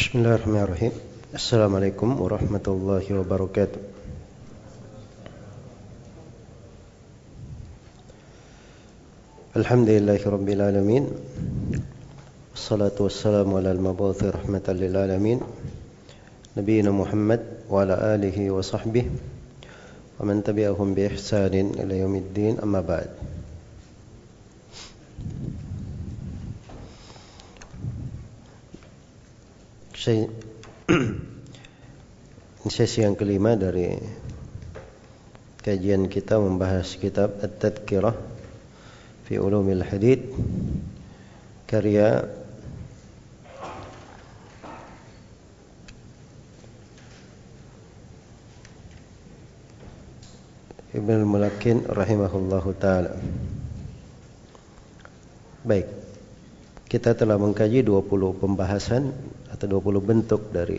Bismillahirrahmanirrahim. Assalamualaikum warahmatullahi wabarakatuh. Alhamdulillahi rabbil alamin. Wassalatu wassalamu ala al-mabuthi rahmatan lil alamin. Nabiyyina Muhammad wa ala alihi wa sahbihi wa man tabi'ahum bi ihsanin ila yaumiddin, amma ba'd. Sesi yang kelima dari kajian kita membahas kitab At-Tadhkirah fi Ulumil Hadits karya Ibn al-Mulakkin rahimahullahu ta'ala. Baik, kita telah mengkaji 20 pembahasan atau 20 bentuk dari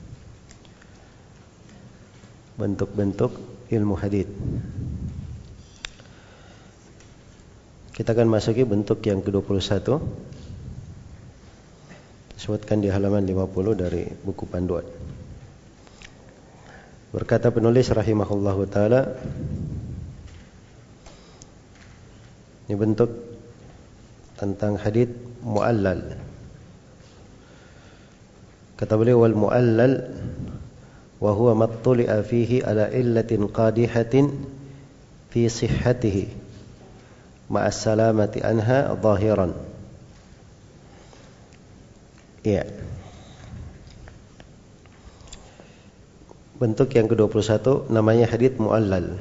bentuk-bentuk ilmu hadits. Kita akan masuki bentuk yang ke-21, disebutkan di halaman 50 dari buku panduan. Berkata penulis rahimahullahu ta'ala, ini bentuk tentang hadits mu'allal. Kata beliau, wal mu'allal wa huwa mattuli'a fihi ala illatin qadihatin fi sihhatihi ma'as salamati anha zahiran. Ya. Bentuk yang ke-21 namanya hadits mu'allal.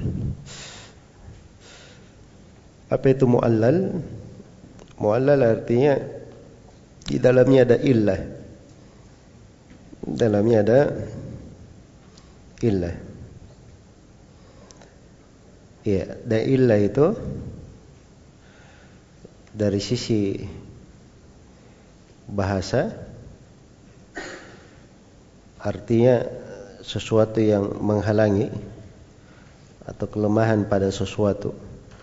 Apa itu mu'allal? Mu'allal artinya di dalamnya ada illah. Dalamnya ada illah. Ya, dan illah itu dari sisi bahasa artinya sesuatu yang menghalangi atau kelemahan pada sesuatu,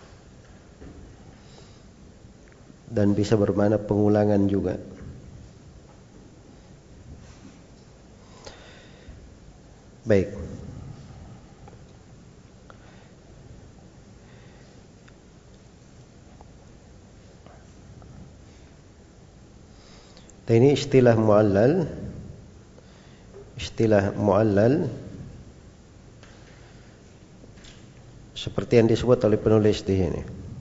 dan bisa bermakna pengulangan juga. Baik. Dan ini istilah mu'allal. Istilah mu'allal seperti yang disebut oleh penulis di sini.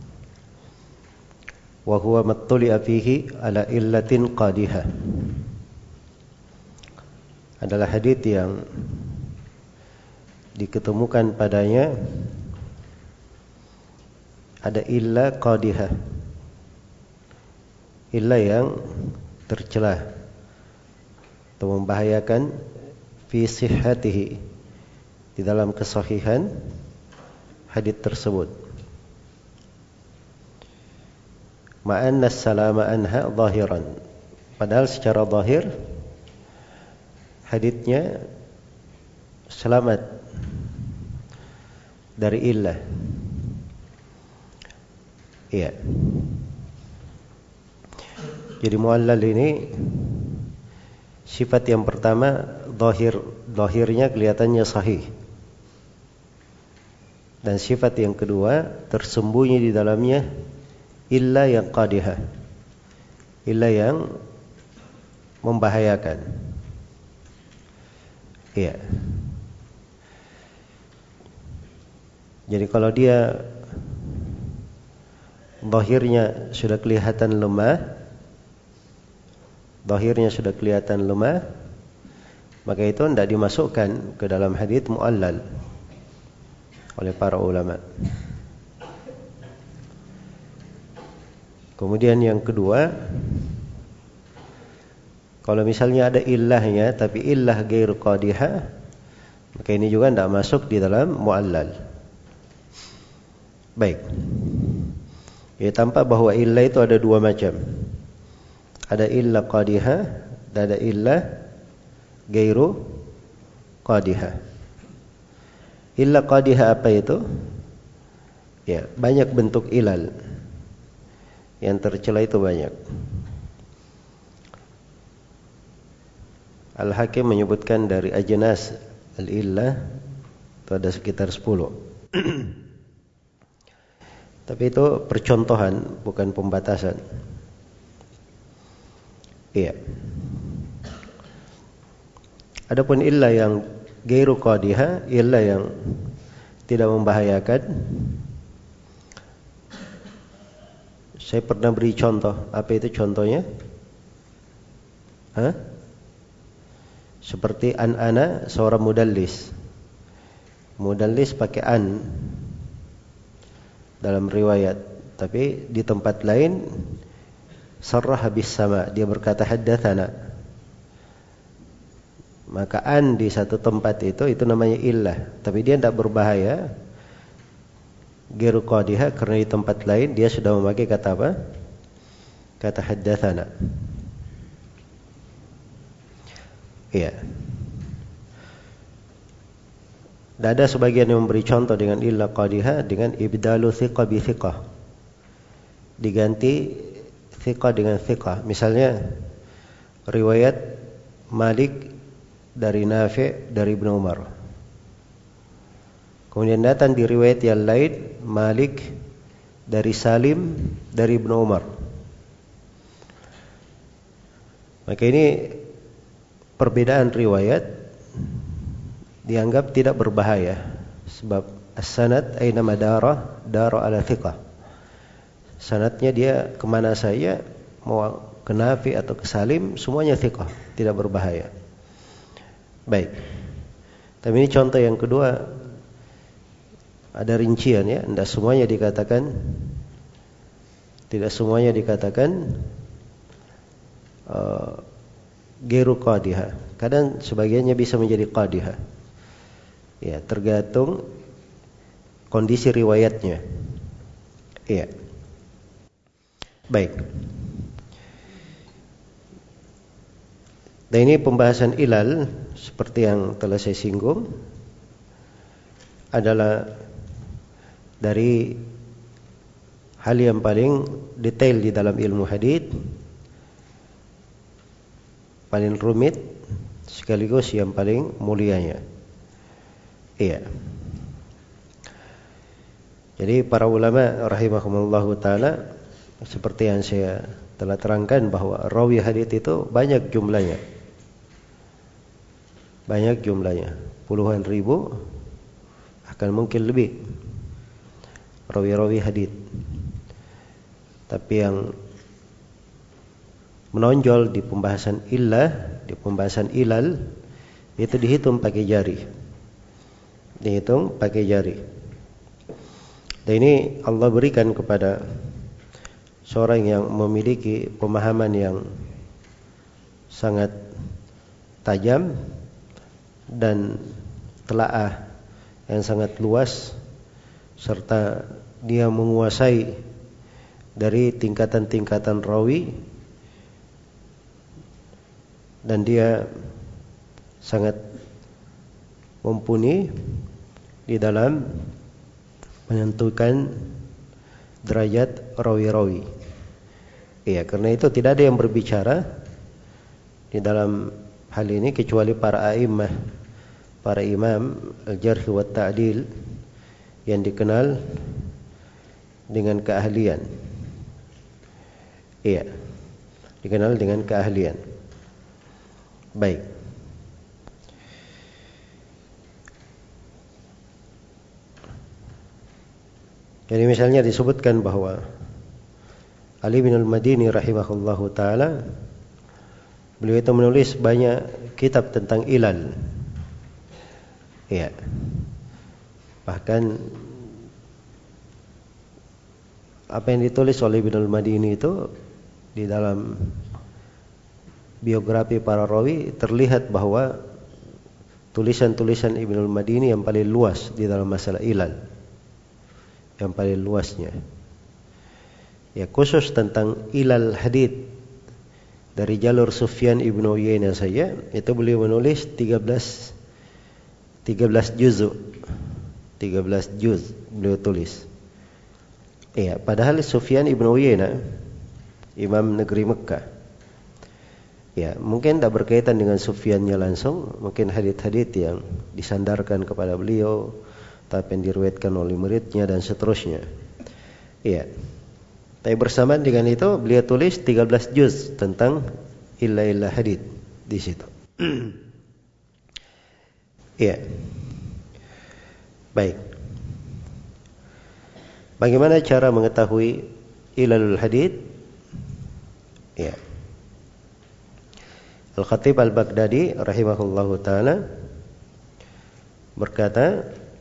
Wa huwa mattuli'a fihi ala illatin qadihah. Adalah hadits yang diketemukan padanya ada illah qadihah, illah yang tercelah atau membahayakan fi sihhatihi, di dalam kesahihan hadits tersebut. Ma'anna salama anha zahiran, padahal secara zahir haditsnya selamat dari illah. Iya. Jadi mu'allal ini sifat yang pertama zahirnya kelihatannya sahih. Dan sifat yang kedua tersembunyi di dalamnya illah yang qadihah, illah yang membahayakan. Iya. Jadi kalau dia zahirnya sudah kelihatan lemah, maka itu tidak dimasukkan ke dalam hadits mu'allal oleh para ulama. Kemudian yang kedua, kalau misalnya ada illahnya tapi illah ghair qadihah, maka ini juga tidak masuk di dalam mu'allal. Baik. Ya, tampak bahwa illah itu ada dua macam. Ada illah qadihah dan ada illah ghairu qadihah. Illah qadihah apa itu? Ya, banyak bentuk ilal. Yang tercela itu banyak. Al-Hakim menyebutkan dari ajnas al-illah itu ada sekitar 10. Tapi itu percontohan, bukan pembatasan. Iya. Adapun illah yang ghairu qadihah, illah yang tidak membahayakan. Saya pernah beri contoh. Apa itu contohnya? Seperti ana seorang mudallis. Mudallis pakai an dalam riwayat, tapi di tempat lain sarrah bis sama, dia berkata haddatsana. Maka an di satu tempat itu namanya illah, tapi dia tidak berbahaya ghairu qadihah karena di tempat lain dia sudah memakai kata apa? Kata haddatsana. Iya. Dan ada sebagian yang memberi contoh dengan illah qadihah dengan ibdalu thiqah bi thiqah. Diganti thiqah dengan thiqah. Misalnya riwayat Malik dari Nafi' dari Ibnu Umar. Kemudian datang di riwayat yang lain Malik dari Salim dari Ibnu Umar. Maka ini perbedaan riwayat dianggap tidak berbahaya sebab as-sanad aina madara dara ala thiqah. Sanadnya dia kemana saja, mau ke Nafi atau ke Salim, semuanya thiqah, tidak berbahaya. Baik. Tapi ini contoh yang kedua, ada rincian ya, tidak semuanya dikatakan ghairu qadihah. Kadang sebagiannya bisa menjadi qadihah. Ya, tergantung kondisi riwayatnya. Iya. Baik. Dan ini pembahasan ilal seperti yang telah saya singgung adalah dari hal yang paling detail di dalam ilmu hadits, paling rumit sekaligus yang paling mulianya. Iya. Jadi para ulama rahimahumullahu taala seperti yang saya telah terangkan bahwa rawi hadits itu banyak jumlahnya. Banyak jumlahnya, puluhan ribu, akan mungkin lebih rawi-rawi hadits. Tapi yang menonjol di pembahasan illah, di pembahasan ilal itu dihitung pakai jari. Dihitung pakai jari. Dan ini Allah berikan kepada seorang yang memiliki pemahaman yang sangat tajam dan telaah yang sangat luas, serta dia menguasai dari tingkatan-tingkatan rawi, dan dia sangat mumpuni di dalam menentukan derajat rawi-rawi. Iya, karena itu tidak ada yang berbicara di dalam hal ini kecuali para a'immah, para imam al-jarh wa ta'dil yang dikenal dengan keahlian. Iya, dikenal dengan keahlian. Baik. Jadi misalnya disebutkan bahwa Ali bin al-Madini rahimahullahu ta'ala, beliau itu menulis banyak kitab tentang ilal. Iya. Bahkan apa yang ditulis oleh Ibnu al-Madini itu di dalam biografi para rawi terlihat bahwa tulisan-tulisan Ibnu al-Madini yang paling luas di dalam masalah ilal, yang paling luasnya. Ya, khusus tentang ilal hadits dari jalur Sufyan ibnu Uyainah saja, itu beliau menulis 13 juz. 13 juz beliau tulis. Iya, padahal Sufyan ibnu Uyainah, imam negeri Mekah, Ya, mungkin tak berkaitan dengan Sufyannya langsung, mungkin hadits-hadits yang disandarkan kepada beliau, tapi yang diriwayatkan oleh muridnya dan seterusnya. Iya. Tapi bersamaan dengan itu beliau tulis 13 juz tentang illah hadits di situ. Iya. Baik. Bagaimana cara mengetahui ilalul hadits? Iya. Al-Khatib Al-Baghdadi rahimahullahu taala berkata,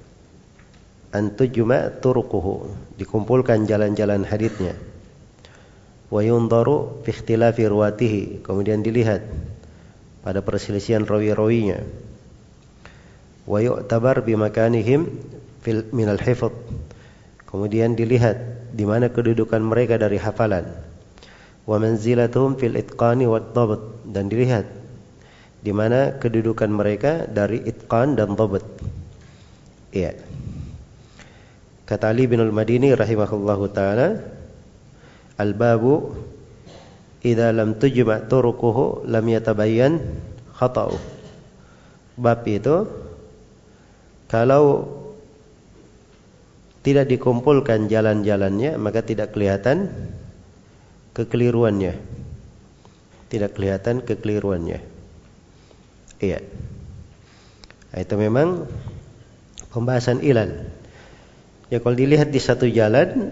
antujma turuquhu, dikumpulkan jalan-jalan haditsnya. Wa yundaru fi ikhtilafi ruwatihi, kemudian dilihat pada perselisihan rawi-rawinya. Wa yu'tabar bi makanihim fil min al-hifdz, kemudian dilihat di mana kedudukan mereka dari hafalan. Wa manzilatuhum fil itqani wad dhabt, dan dilihat di mana kedudukan mereka dari itqan dan dhabt. Iya. Kata Ali bin al-Madini rahimahullahu taala, al-babu idza lam tujma' turuquhu lam yatabayyan khata'u. Bab itu kalau tidak dikumpulkan jalan-jalannya, maka tidak kelihatan kekeliruannya. Tidak kelihatan kekeliruannya. Iya. Itu memang pembahasan ilal. Ya, kalau dilihat di satu jalan,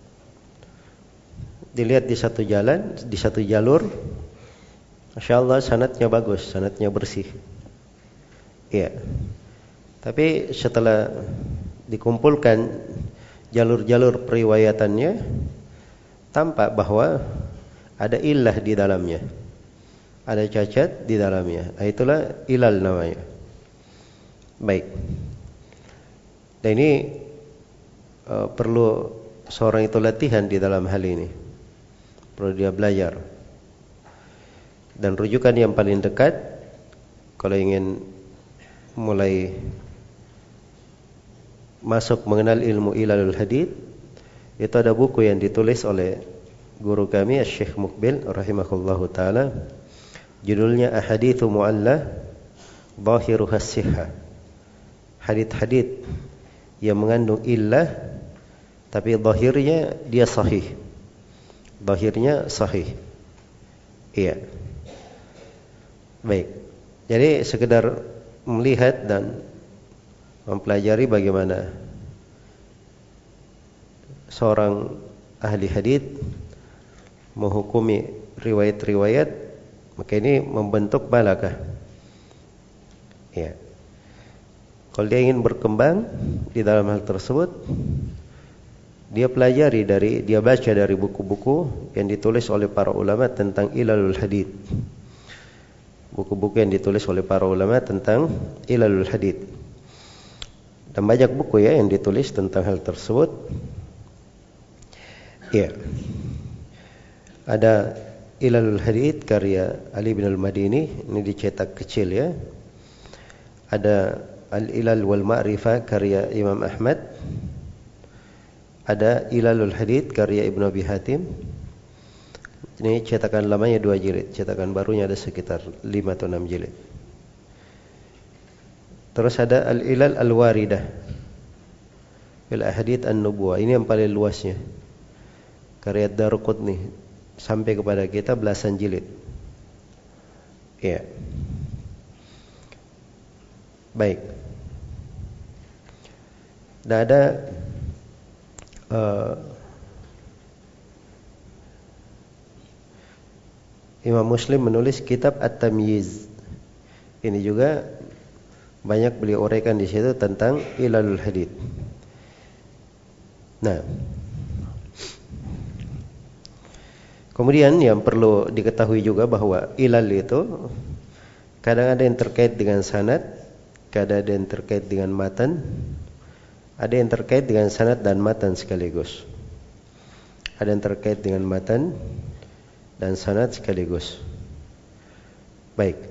di satu jalur, Masya Allah sanadnya bagus, sanadnya bersih. Iya. Tapi setelah dikumpulkan jalur-jalur periwayatannya, tampak bahwa ada illah di dalamnya, ada cacat di dalamnya. Itulah ilal namanya. Baik. Dan ini perlu seorang itu latihan di dalam hal ini. Perlu dia belajar. Dan rujukan yang paling dekat kalau ingin mulai masuk mengenal ilmu ilalul hadits, itu ada buku yang ditulis oleh guru kami Syekh Muqbil rahimahullahu taala, judulnya Ahaditsu Mu'allah Zahiruha Sihhah. Hadits-hadits yang mengandung illah tapi zahirnya dia sahih. Zahirnya sahih. Iya. Baik. Jadi sekedar melihat dan mempelajari bagaimana seorang ahli hadits menghukumi riwayat-riwayat, maka ini membentuk balagah. Ya. Kalau dia ingin berkembang di dalam hal tersebut, dia pelajari dia baca dari buku-buku yang ditulis oleh para ulama tentang ilalul hadits. Buku-buku yang ditulis oleh para ulama tentang ilalul hadits. Dan banyak buku ya yang ditulis tentang hal tersebut. Ya. Ada Ilalul Hadits karya Ali bin al-Madini, ini dicetak kecil ya. Ada Al-Ilal wal Ma'rifah karya Imam Ahmad. Ada Ilalul Hadits karya Ibnu Abi Hatim. Ini cetakan lamanya 2 jilid, cetakan barunya ada sekitar 5 atau 6 jilid. Terus ada Al-Ilal Al-Waridah fil Ahadits An-Nubuwah, ini yang paling luasnya. Karya Daruqutni, sampai kepada kita belasan jilid. Ya. Baik. Dan ada Imam Muslim menulis kitab At-Tamyiz. Ini juga banyak beliau uraikan di situ tentang ilalul hadits. Nah, kemudian yang perlu diketahui juga bahwa ilal itu kadang ada yang terkait dengan sanad, kadang ada yang terkait dengan matan, ada yang terkait dengan sanad dan matan sekaligus. Ada yang terkait dengan matan dan sanad sekaligus. Baik.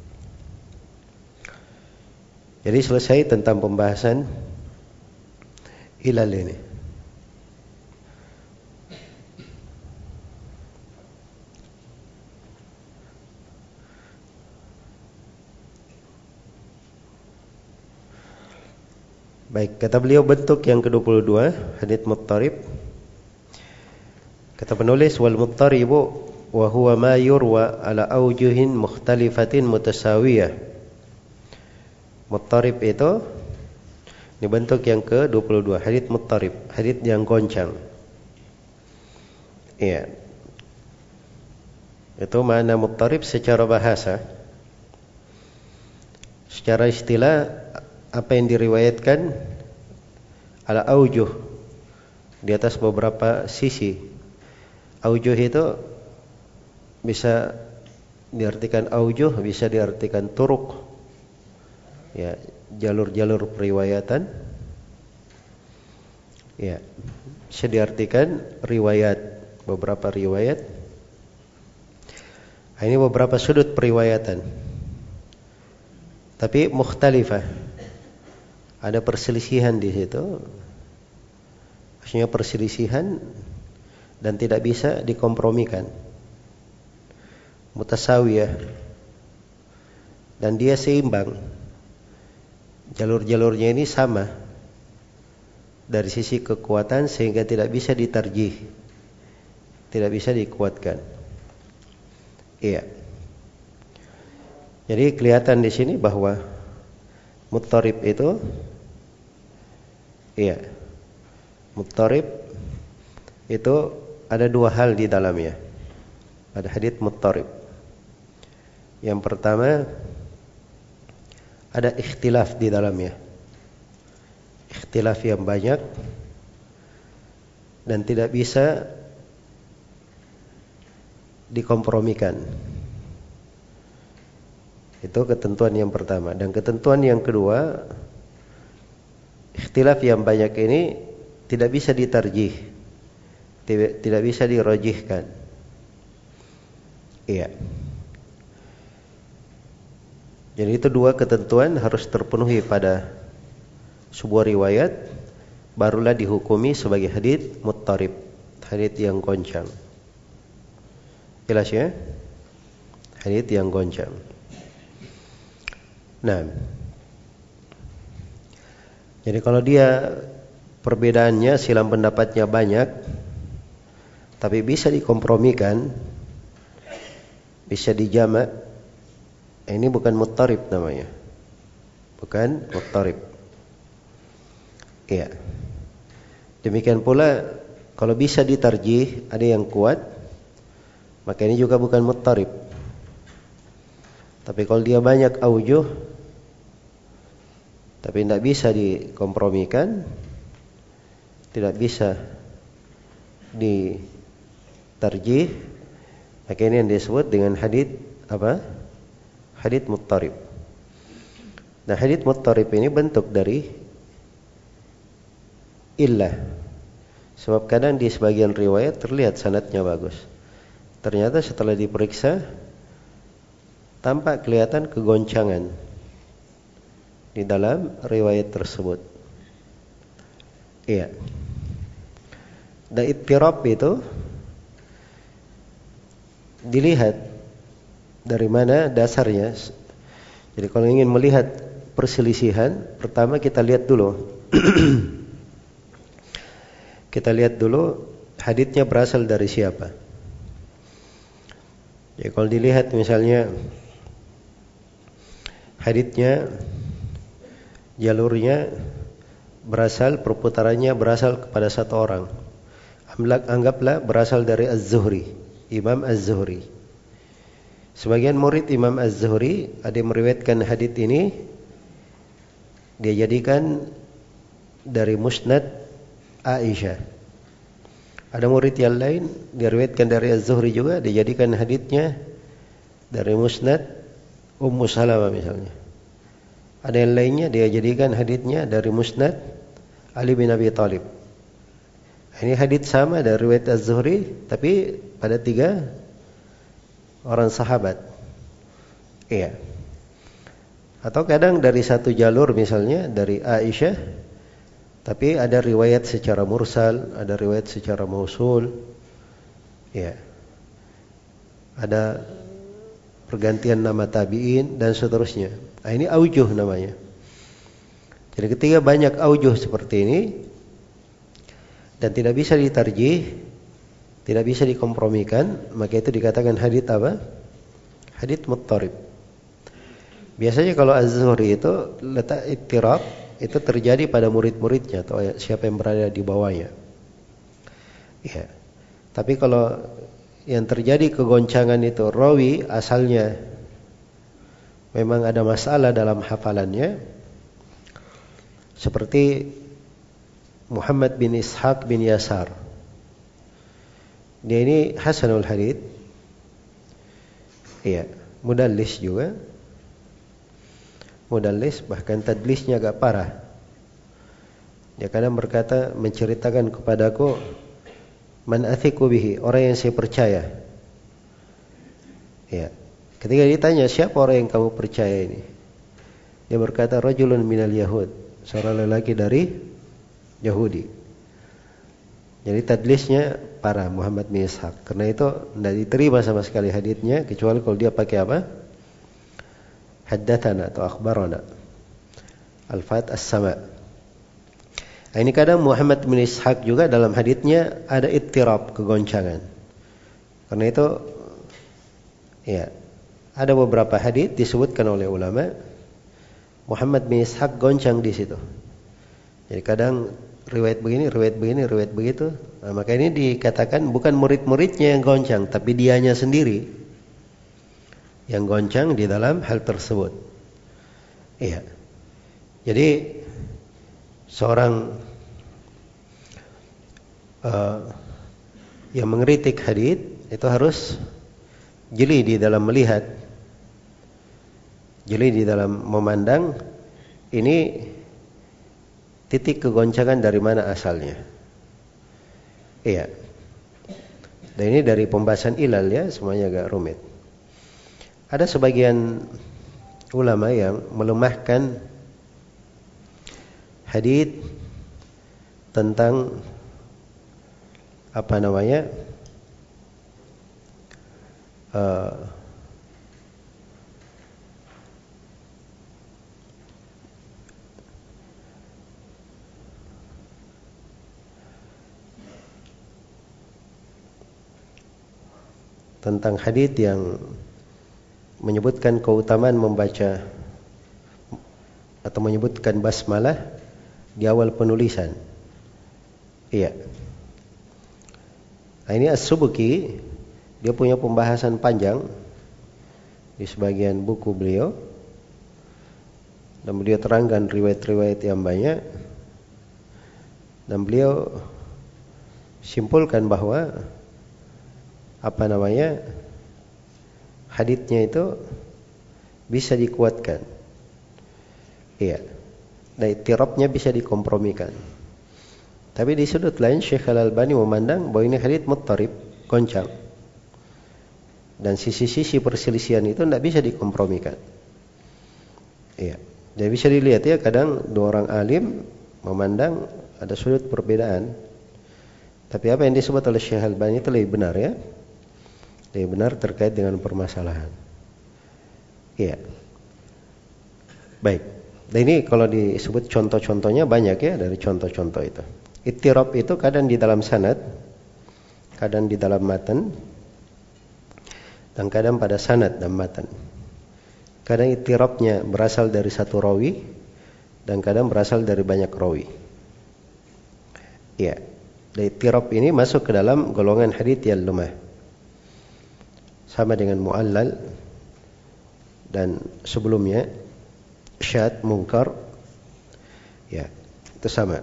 Jadi selesai tentang pembahasan ilal ini. Baik, kata beliau bentuk yang ke-22 hadits muttarib. Kata penulis, wal muttaribu wa huwa ma yurwa ala aujuhin mukhtalifatin mutasawiyah. Muttarib itu ini bentuk yang ke-22, hadits muttarib, hadits yang goncang. Iya. Itu makna muttarib secara bahasa. Secara istilah, apa yang diriwayatkan ala aujuh, di atas beberapa sisi. Aujuh itu bisa diartikan aujuh, bisa diartikan turuk, ya, jalur-jalur periwayatan, ya, bisa diartikan riwayat, beberapa riwayat. Ini beberapa sudut periwayatan, tapi mukhtalifah. Ada perselisihan di situ. Maksudnya perselisihan dan tidak bisa dikompromikan. Mutasawiyah. Dan dia seimbang. Jalur-jalurnya ini sama dari sisi kekuatan sehingga tidak bisa ditarjih. Tidak bisa dikuatkan. Iya. Jadi kelihatan di sini bahwa muttarib itu, iya, muttarib itu ada dua hal di dalamnya. Ada hadits muttarib. Yang pertama, ada ikhtilaf di dalamnya. Ikhtilaf yang banyak dan tidak bisa dikompromikan. Itu ketentuan yang pertama. Dan ketentuan yang kedua, ikhtilaf yang banyak ini tidak bisa ditarjih, tidak bisa dirajihkan. Iya. Jadi itu dua ketentuan harus terpenuhi pada sebuah riwayat, barulah dihukumi sebagai hadits muttarib, hadits yang goncang. Jelas ya? Hadits yang goncang. Nah, jadi kalau dia perbedaannya, silang pendapatnya banyak, tapi bisa dikompromikan, bisa dijamak, ini bukan muttarib namanya. Bukan muttarib. Iya. Demikian pula kalau bisa ditarjih, ada yang kuat, maka ini juga bukan muttarib. Tapi kalau dia banyak aujuh tapi tidak bisa dikompromikan, tidak bisa ditarjih, maka ini yang disebut dengan hadits apa? Hadits muttarib. Nah, hadits muttarib ini bentuk dari illah. Sebab kadang di sebagian riwayat terlihat sanadnya bagus, ternyata setelah diperiksa tampak kelihatan kegoncangan di dalam riwayat tersebut. Iya. Dan ittirab itu dilihat dari mana dasarnya. Jadi kalau ingin melihat perselisihan, pertama kita lihat dulu. Kita lihat dulu haditsnya berasal dari siapa. Ya, kalau dilihat misalnya haditsnya, jalurnya berasal, perputarannya berasal kepada satu orang, anggaplah berasal dari Az-Zuhri, Imam Az-Zuhri. Sebagian murid Imam Az-Zuhri ada yang meriwayatkan hadits ini, dia jadikan dari musnad Aisyah. Ada murid yang lain diriwayatkan dari Az-Zuhri juga, dijadikan haditsnya dari musnad Ummu Salamah misalnya. Ada yang lainnya dia jadikan haditsnya dari musnad Ali bin Abi Thalib. Ini hadits sama dari riwayat Az-Zuhri, tapi pada tiga orang sahabat. Iya. Atau kadang dari satu jalur misalnya dari Aisyah, tapi ada riwayat secara mursal, ada riwayat secara mausul. Iya. Ada pergantian nama tabi'in dan seterusnya. Nah, ini aujuh namanya. Jadi ketika banyak aujuh seperti ini dan tidak bisa ditarjih, tidak bisa dikompromikan, maka itu dikatakan hadits apa? Hadits muttarib. Biasanya kalau Az-Zuhri itu letak ittirab itu terjadi pada murid-muridnya atau siapa yang berada di bawahnya. Ya. Tapi kalau yang terjadi kegoncangan itu rawi asalnya memang ada masalah dalam hafalannya, seperti Muhammad bin Ishaq bin Yasar. Dia ini hasanul hadits. Iya, mudallis juga. Mudallis, bahkan tadlisnya agak parah. Dia kadang berkata, menceritakan kepadaku, man athiqu bihi, orang yang saya percaya. Ya. Ketika ditanya, siapa orang yang kamu percaya ini? Dia berkata, rajulun minal yahud, seorang lelaki dari Yahudi. Jadi tadlisnya parah Muhammad bin Ishaq. Karena itu tidak diterima sama sekali haditsnya, kecuali kalau dia pakai apa? Haddatsana atau akhbarana. Al-Fat as-Sama. Nah, ini kadang Muhammad bin Ishaq juga dalam haditsnya ada ittirab, kegoncangan. Karena itu ya, ada beberapa hadits disebutkan oleh ulama Muhammad bin Ishaq goncang di situ. Jadi kadang riwayat begini, riwayat begini, riwayat begitu. Nah, maka ini dikatakan bukan murid-muridnya yang goncang, tapi dianya sendiri yang goncang di dalam hal tersebut. Iya. Jadi seorang yang mengkritik hadits itu harus jeli di dalam melihat, jeli di dalam memandang ini titik kegoncangan dari mana asalnya. Iya. Dan ini dari pembahasan ilal ya, semuanya agak rumit. Ada sebagian ulama yang melemahkan hadits tentang apa namanya? Tentang hadits yang menyebutkan keutamaan membaca atau menyebutkan basmalah di awal penulisan. Iya. Nah, ini As-Subki, dia punya pembahasan panjang di sebagian buku beliau, dan beliau terangkan riwayat-riwayat yang banyak, dan beliau simpulkan bahwa apa namanya, haditsnya itu bisa dikuatkan. Iya. Dan ittirabnya bisa dikompromikan. Tapi di sudut lain Syekh Al-Albani memandang bahwa ini hadits muttarib, goncang. Dan sisi-sisi perselisihan itu tidak bisa dikompromikan. Iya. Jadi bisa dilihat ya, kadang dua orang alim memandang ada sudut perbedaan. Tapi apa yang disebut oleh Syekh Al-Albani itu lebih benar ya. Lebih benar terkait dengan permasalahan. Iya. Baik. Dan ini kalau disebut contoh-contohnya banyak ya, dari contoh-contoh itu. Ittirab itu kadang di dalam sanad, kadang di dalam matan, dan kadang pada sanad dan matan. Kadang ittirabnya berasal dari satu rawi, dan kadang berasal dari banyak rawi. Iya. Dan ittirab ini masuk ke dalam golongan hadits yang lemah. Sama dengan mu'allal dan sebelumnya syad, munkar. Ya, itu sama.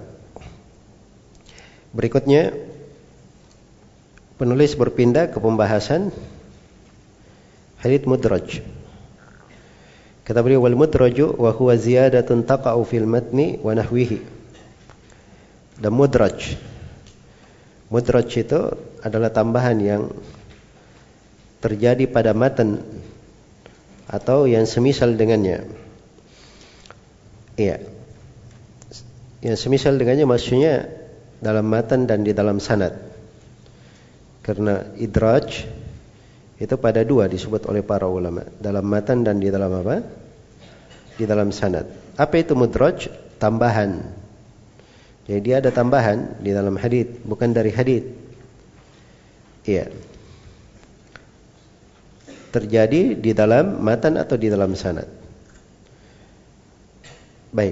Berikutnya penulis berpindah ke pembahasan hadits mudraj. Kata beliau, wal mudraju wa huwa ziyadatun taqa'u fil matni wa nahwihi. Dan mudraj itu adalah tambahan yang terjadi pada matan atau yang semisal dengannya. Iya. Yang semisal dengannya maksudnya dalam matan dan di dalam sanad. Karena idraj itu pada dua disebut oleh para ulama, dalam matan dan di dalam apa? Di dalam sanad. Apa itu mudraj? tambahan. Jadi dia ada tambahan di dalam hadits, bukan dari hadits. Iya. Terjadi di dalam matan atau di dalam sanad. Baik.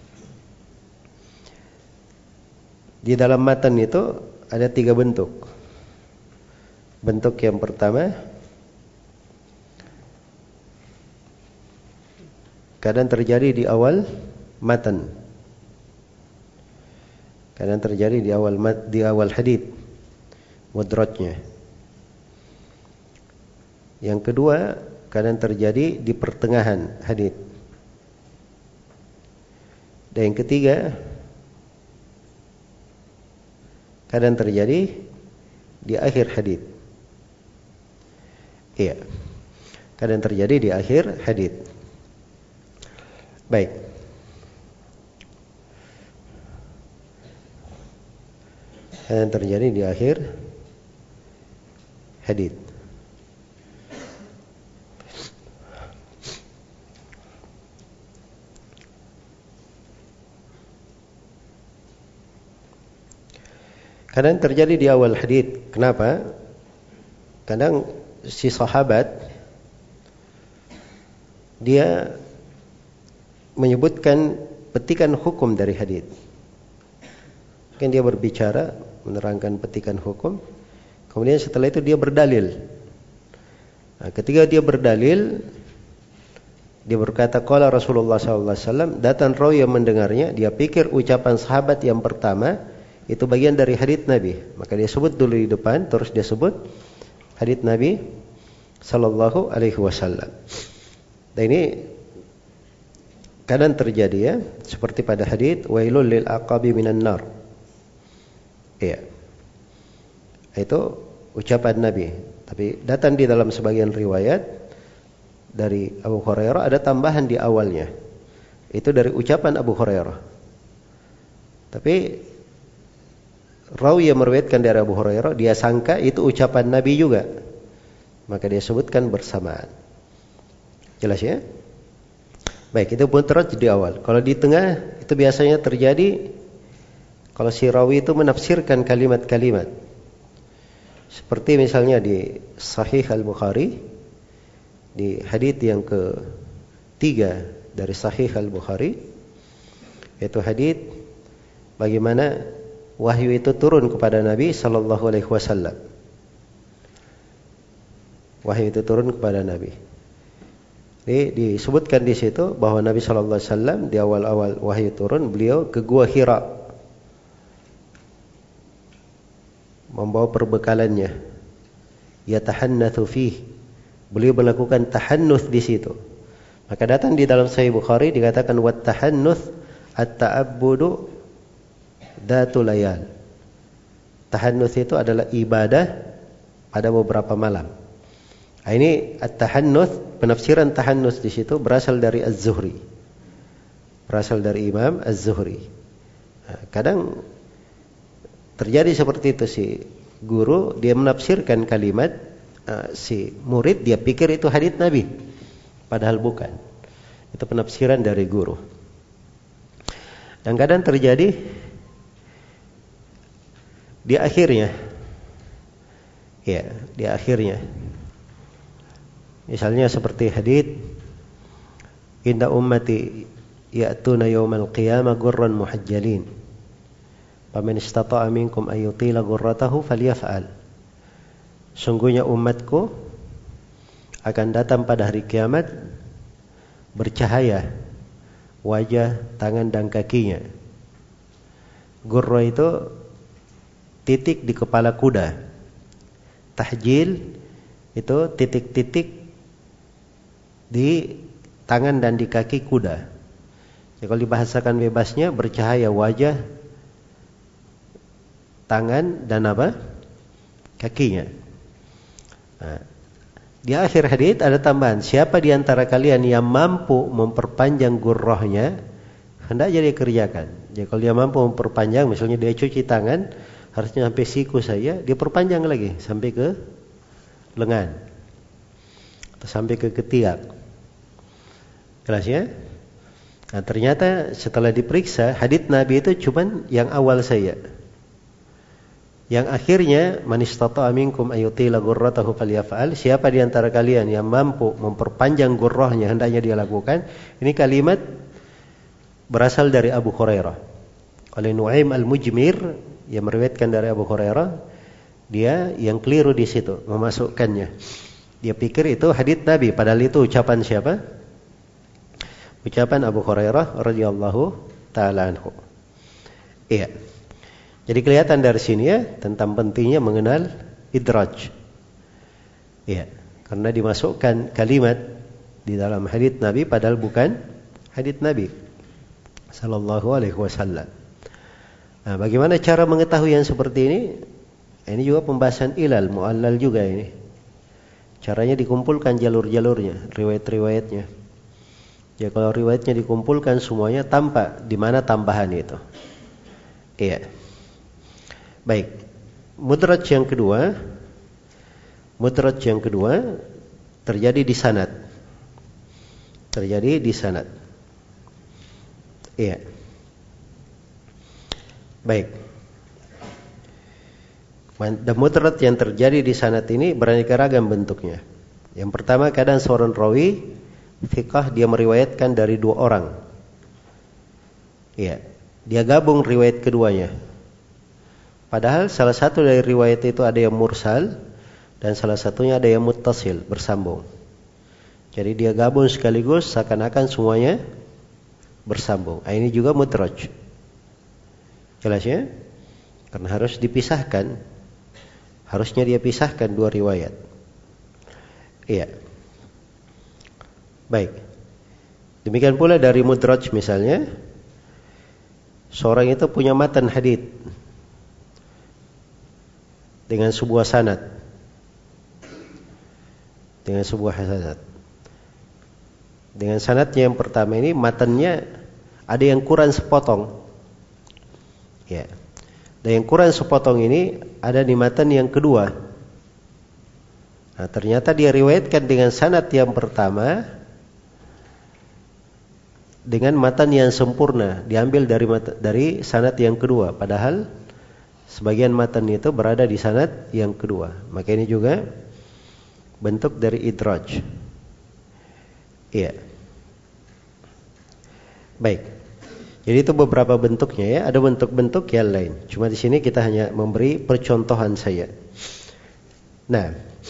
Di dalam matan itu ada 3 bentuk. Bentuk yang pertama, kadang terjadi di awal matan. Kadang terjadi di awal hadits, mudrajnya. Yang kedua, kadang terjadi di pertengahan hadits. Dan yang ketiga, kadang terjadi di akhir hadits. Iya. Kadang terjadi di akhir hadits. Baik. Kadang terjadi di akhir hadits. Kadang terjadi di awal hadits. Kenapa? Kadang si sahabat dia menyebutkan petikan hukum dari hadits. Mungkin dia berbicara, menerangkan petikan hukum. Kemudian setelah itu dia berdalil. Nah, ketika dia berdalil, dia berkata, qala Rasulullah SAW, datang rawi yang mendengarnya, dia pikir ucapan sahabat yang pertama itu bagian dari hadits Nabi, maka dia sebut dulu di depan, terus dia sebut hadits Nabi sallallahu alaihi wasallam. Dan ini kadang terjadi ya, seperti pada hadits wailul lil aqabi minan nar. Iya. Itu ucapan Nabi, tapi datang di dalam sebagian riwayat dari Abu Hurairah ada tambahan di awalnya. Itu dari ucapan Abu Hurairah. Tapi rawi yang meriwayatkan dari Abu Hurairah, dia sangka itu ucapan Nabi juga, maka dia sebutkan bersamaan. Jelas ya? Baik, itu pun terus di awal. Kalau di tengah itu biasanya terjadi kalau si rawi itu menafsirkan kalimat-kalimat. Seperti misalnya di Sahih Al-Bukhari, di hadits yang ke-3 dari Sahih Al-Bukhari, yaitu hadits bagaimana wahyu itu turun kepada Nabi sallallahu alaihi wasallam. Wahyu itu turun kepada Nabi. Jadi disebutkan di situ bahwa Nabi sallallahu alaihi wasallam di awal-awal wahyu turun, beliau ke Gua Hira membawa perbekalannya. Yatahannatsu fih. Beliau melakukan tahannuts di situ. Maka datang di dalam Sahih Bukhari dikatakan wat tahannuts at-ta'abbudu datul layal. Tahannuts itu adalah ibadah pada beberapa malam. Nah, ini at-tahannuts, penafsiran tahannuts di situ berasal dari Az-Zuhri. Berasal dari Imam Az-Zuhri. Nah, kadang terjadi seperti itu, si guru dia menafsirkan kalimat, si murid dia pikir itu hadits Nabi, padahal bukan. Itu penafsiran dari guru. Dan kadang terjadi di akhirnya. Ya, di akhirnya. Misalnya seperti hadits inna ummati ya'tuna yawmal qiyamah gurran muhajjalin. Faman istata'a minkum an yutila ghurratahu falyaf'al. Sungguhnya umatku akan datang pada hari kiamat bercahaya wajah, tangan dan kakinya. Gurra itu titik di kepala kuda. Tahjil itu titik-titik di tangan dan di kaki kuda. Jadi kalau dibahasakan bebasnya, bercahaya wajah, tangan dan apa? Kakinya. Nah, di akhir hadits ada tambahan, siapa di antara kalian yang mampu memperpanjang gurrahnya, hendaknya dia kerjakan. Jadi kalau dia mampu memperpanjang, misalnya dia cuci tangan, harusnya sampai siku saja, dia perpanjang lagi sampai ke lengan atau sampai ke ketiak. Jelas ya? Nah, ternyata setelah diperiksa hadits Nabi itu cuman yang awal saja. Yang akhirnya man istata'a minkum ayutila ghurratahu falyaf'al, siapa di antara kalian yang mampu memperpanjang gurrahnya hendaknya dia lakukan. Ini kalimat berasal dari Abu Hurairah. Oleh Nu'aim al-Mujmir yang meriwayatkan dari Abu Hurairah, dia yang keliru di situ memasukkannya. Dia pikir itu hadits Nabi, padahal itu ucapan siapa? Ucapan Abu Hurairah radhiyallahu taala anhu. Iya. Jadi kelihatan dari sini ya tentang pentingnya mengenal idraj. Iya, karena dimasukkan kalimat di dalam hadits Nabi padahal bukan hadits Nabi sallallahu alaihi wasallam. Nah, bagaimana cara mengetahui yang seperti ini? Ini juga pembahasan ilal, mu'allal juga ini. Caranya dikumpulkan jalur-jalurnya, riwayat-riwayatnya. Ya, kalau riwayatnya dikumpulkan semuanya tampak di mana tambahan itu. Iya. Baik. Mudraj yang kedua terjadi di sanad. Iya. Baik. Dan mudraj yang terjadi di sanad ini beraneka ragam bentuknya. Yang pertama, kadang seorang rawi thiqah dia meriwayatkan dari dua orang. Iya, dia gabung riwayat keduanya. Padahal salah satu dari riwayat itu ada yang mursal dan salah satunya ada yang muttasil, bersambung. Jadi dia gabung sekaligus seakan-akan semuanya bersambung. Ini juga mudraj. Jelas ya? Karena harus dipisahkan. Harusnya dia pisahkan dua riwayat. Iya. Baik. Demikian pula dari mudraj misalnya, seorang itu punya matan hadits dengan sebuah sanad. Dengan sanadnya yang pertama ini matannya ada yang kurang sepotong. Ya. Dan yang kurang sepotong ini ada di matan yang kedua. Nah, ternyata dia riwayatkan dengan sanad yang pertama dengan matan yang sempurna, diambil dari sanad yang kedua, padahal sebagian matan itu berada di sanad yang kedua. Maka ini juga bentuk dari idraj. Iya. Baik. Jadi itu beberapa bentuknya ya, ada bentuk-bentuk yang lain. Cuma di sini kita hanya memberi percontohan saja. Nah,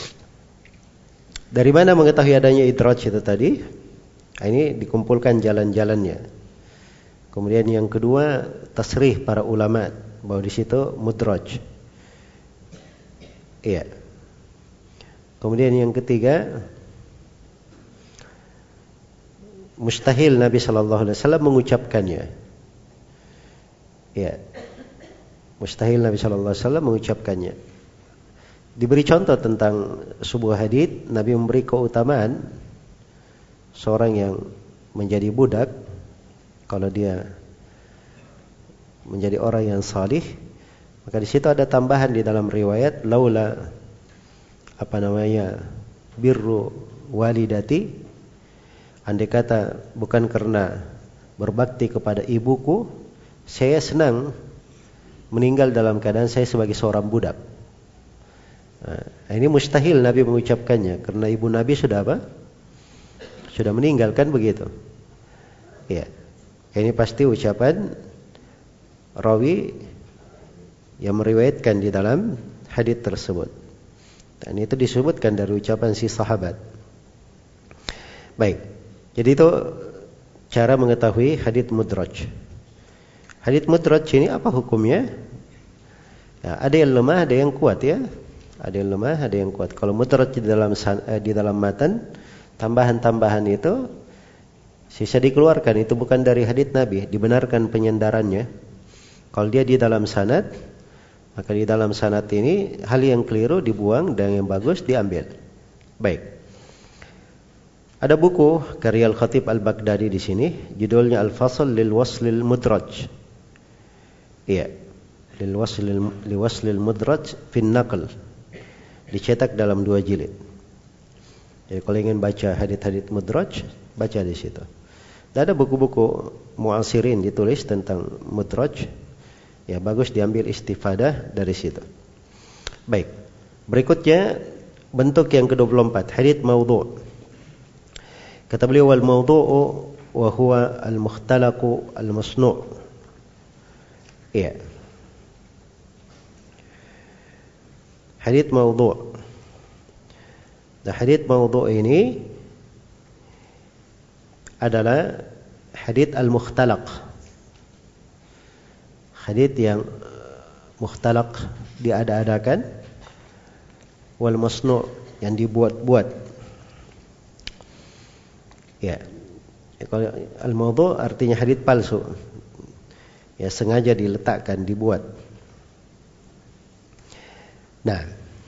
dari mana mengetahui adanya idraj itu tadi? Ini dikumpulkan jalan-jalannya. Kemudian yang kedua, tasrih para ulama bahwa di situ mudraj. Iya. Kemudian yang ketiga, mustahil Nabi sallallahu alaihi wasallam mengucapkannya. Iya. Mustahil Nabi sallallahu alaihi wasallam mengucapkannya. Diberi contoh tentang sebuah hadits, Nabi memberi keutamaan seorang yang menjadi budak kalau dia menjadi orang yang salih, maka di situ ada tambahan di dalam riwayat laula birru walidati, andai kata bukan karena berbakti kepada ibuku, saya senang meninggal dalam keadaan saya sebagai seorang budak. Nah, ini mustahil Nabi mengucapkannya karena ibu Nabi sudah apa? Sudah meninggalkan begitu. Ya. Ini pasti ucapan rawi yang meriwayatkan di dalam hadits tersebut. Dan itu disebutkan dari ucapan si sahabat. Baik. Jadi itu cara mengetahui hadits mudraj. Hadits mudraj ini apa hukumnya? Ya, ada yang lemah, ada yang kuat ya. Ada yang lemah, ada yang kuat. Kalau mudraj di dalam matan, tambahan-tambahan itu sisa dikeluarkan, itu bukan dari hadits Nabi, dibenarkan penyandarannya. Kalau dia di dalam sanad, maka di dalam sanad ini hal yang keliru dibuang dan yang bagus diambil. Baik. Ada buku karya Al-Khatib Al-Baghdadi di sini, judulnya Al-Fasl lil Waslil Mudraj. Iya, lil Waslil Mudraj fin Naql. Dicetak dalam 2 jilid. Jadi kalau ingin baca hadits-hadits mudraj, baca di situ. Dan ada buku-buku mu'asirin ditulis tentang mudraj. Ya, bagus diambil istifadah dari situ. Baik. Berikutnya bentuk yang ke-24, hadits maudhu'. Kata beliau, wal maudhu'u wa huwa al-mukhtalaqu al-masnu'. Ya. Hadits maudhu'. Nah, hadits maudhu' ini adalah hadits al-mukhtalaq. Hadits yang mukhtalaq, diada-adakan, wal masnu' yang dibuat-buat. Ya. Kalau al-maudhu' artinya hadits palsu. Ya, sengaja diletakkan, dibuat. Nah,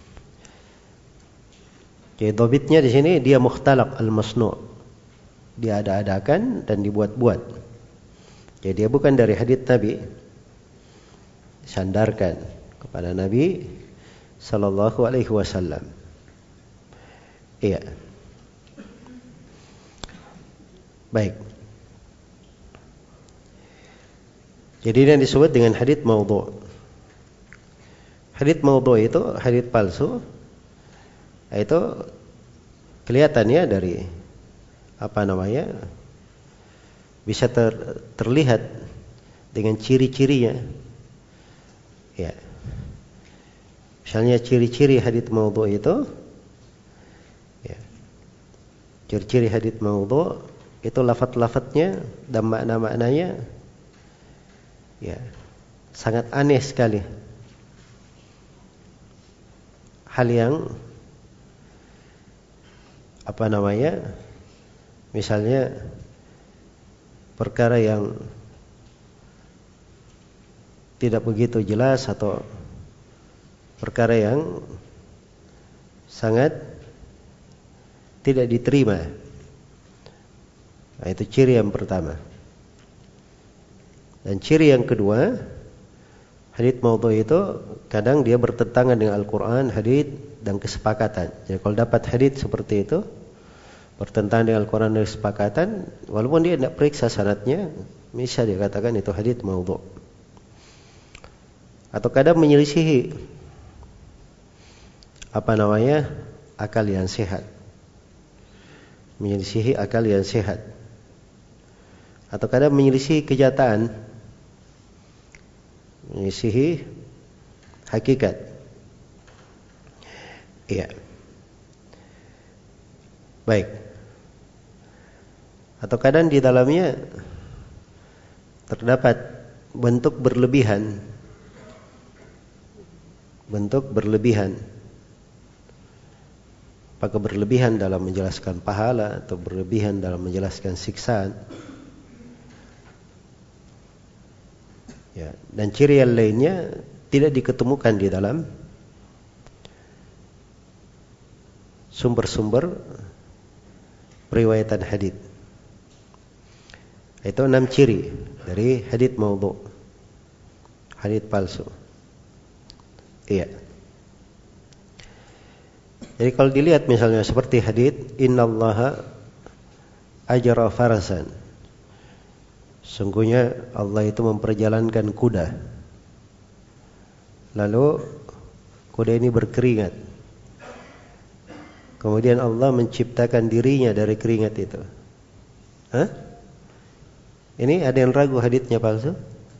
jadi dhabitnya di sini dia mukhtalaq al-masnu'. Dia ada-adakan dan dibuat-buat. Jadi dia bukan dari hadits Nabi, disandarkan kepada Nabi sallallahu alaihi wasallam. Iya. Baik. Jadi ini disebut dengan hadits maudhu'. Hadits maudhu' itu hadits palsu. Itu kelihatannya dari bisa terlihat dengan ciri-cirinya. Ya. Misalnya ciri-ciri hadits maudhu' itu, ya. Ciri-ciri hadits maudhu' itu lafaz-lafaznya dan makna-maknanya, ya, sangat aneh sekali. Hal yang misalnya perkara yang tidak begitu jelas atau perkara yang sangat tidak diterima. Nah, itu ciri yang pertama. Dan ciri yang kedua, hadits maudhu' itu kadang dia bertentangan dengan Al-Quran, hadits dan kesepakatan. Jadi kalau dapat hadits seperti itu bertentangan dengan Al-Quran dan kesepakatan, walaupun dia tidak periksa sanadnya, bisa dikatakan itu hadits maudhu'. Atau kadang menyelisihi akal yang sehat. Menyelisihi akal yang sehat. Atau kadang menyelisihi kenyataan, menyelisihi hakikat. Iya. Baik. Atau kadang di dalamnya terdapat bentuk berlebihan. Bentuk berlebihan. Apakah berlebihan dalam menjelaskan pahala atau berlebihan dalam menjelaskan siksaan. Ya, dan ciri yang lainnya tidak diketemukan di dalam sumber-sumber riwayatan hadits. Itu 6 ciri dari hadits maudhu', hadits palsu. Iya. Jadi kalau dilihat misalnya seperti hadits innallaha ajra farasan. Sungguhnya Allah itu memperjalankan kuda. Lalu kuda ini berkeringat. Kemudian Allah menciptakan dirinya dari keringat itu. Hah? Ini ada yang ragu haditsnya palsu?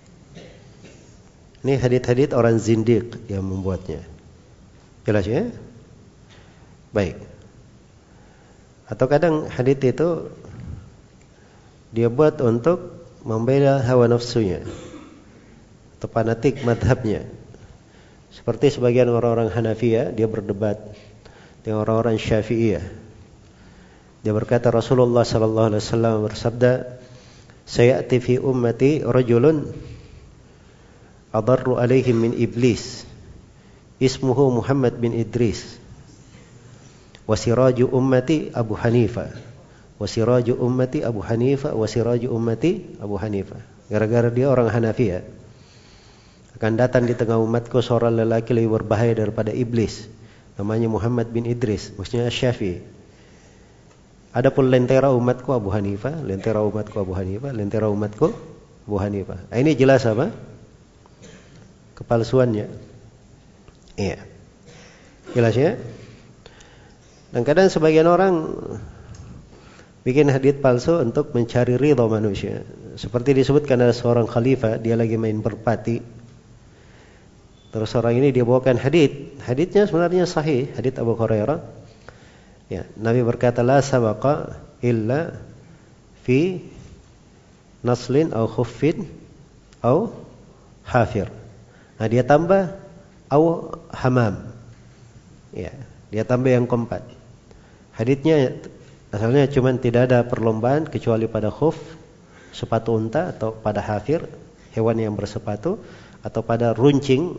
Ini hadits-hadits orang zindiq yang membuatnya. Jelas ya? Baik. Atau kadang hadits itu dia buat untuk membela hawa nafsunya atau fanatik madhabnya. Seperti sebagian orang-orang Hanafiyah, dia berdebat dengan orang-orang Syafi'iyah. Dia berkata Rasulullah sallallahu alaihi wasallam bersabda, "Sayati fi ummati rajulun adarru alaihim min iblis ismuhu Muhammad bin Idris wa siraju ummati Abu Hanifah wa siraju ummati Abu Hanifah wa siraju ummati Abu Hanifah." Gara-gara dia orang Hanafiyah, akan datang di tengah umatku seorang lelaki lebih berbahaya daripada iblis, namanya Muhammad bin Idris, maksudnya Syafi'i. Adapun lentera umatku Abu Hanifah, lentera umatku Abu Hanifah, lentera umatku Abu Hanifah. Nah, ini jelas apa? Kepalsuannya. Iya. Jelas ya? Dan kadang sebagian orang bikin hadits palsu untuk mencari ridha manusia. Seperti disebutkan ada seorang khalifah, dia lagi main berpati. Terus orang ini dia bawakan hadits. Haditsnya sebenarnya sahih, hadits Abu Hurairah. Ya, Nabi berkata la sabaqa illa fi naslin au khuffin au hafir. Nah, dia tambah au hamam. Ya, dia tambah yang keempat. Haditsnya asalnya cuma tidak ada perlombaan kecuali pada khuf, sepatu unta, atau pada hafir, hewan yang bersepatu, atau pada runcing,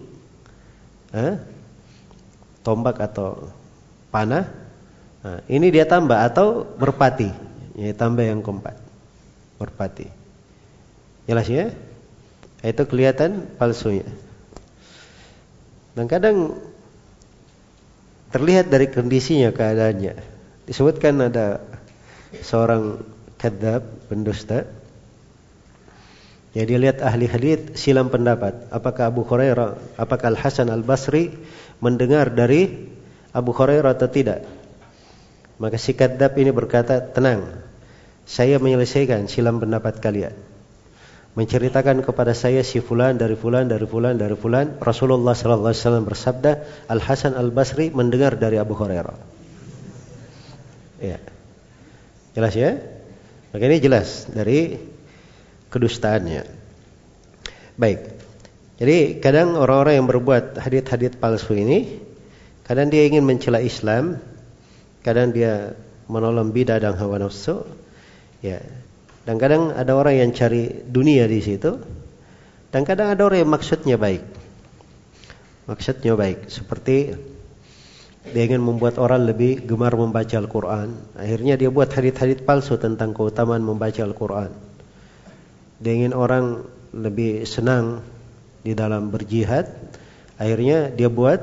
tombak atau panah. Nah, ini dia tambah, atau merpati, ya, tambah yang keempat, merpati. Jelas ya? Itu kelihatan palsunya. Dan kadang terlihat dari kondisinya, keadaannya. Disebutkan ada seorang kadzab, pendusta. Ya, dia lihat ahli hadits silam pendapat. Apakah Abu Hurairah, apakah Al-Hasan Al-Basri mendengar dari Abu Hurairah atau tidak? Maka si kadzab ini berkata, tenang, saya menyelesaikan silam pendapat kalian. Menceritakan kepada saya si fulan dari fulan dari fulan dari fulan, Rasulullah sallallahu alaihi wasallam bersabda, Al-Hasan Al-Basri mendengar dari Abu Hurairah. Ya. Jelas ya? Maka ini jelas dari kedustaannya. Baik. Jadi kadang orang-orang yang berbuat hadits-hadits palsu ini, kadang dia ingin mencela Islam, kadang dia menolong bidah dan hawa nafsu. Ya. Dan kadang ada orang yang cari dunia di situ. Dan kadang ada orang yang maksudnya baik. Maksudnya baik, seperti dia ingin membuat orang lebih gemar membaca Al-Quran. Akhirnya dia buat hadits-hadits palsu tentang keutamaan membaca Al-Quran. Dia ingin orang lebih senang di dalam berjihad. Akhirnya dia buat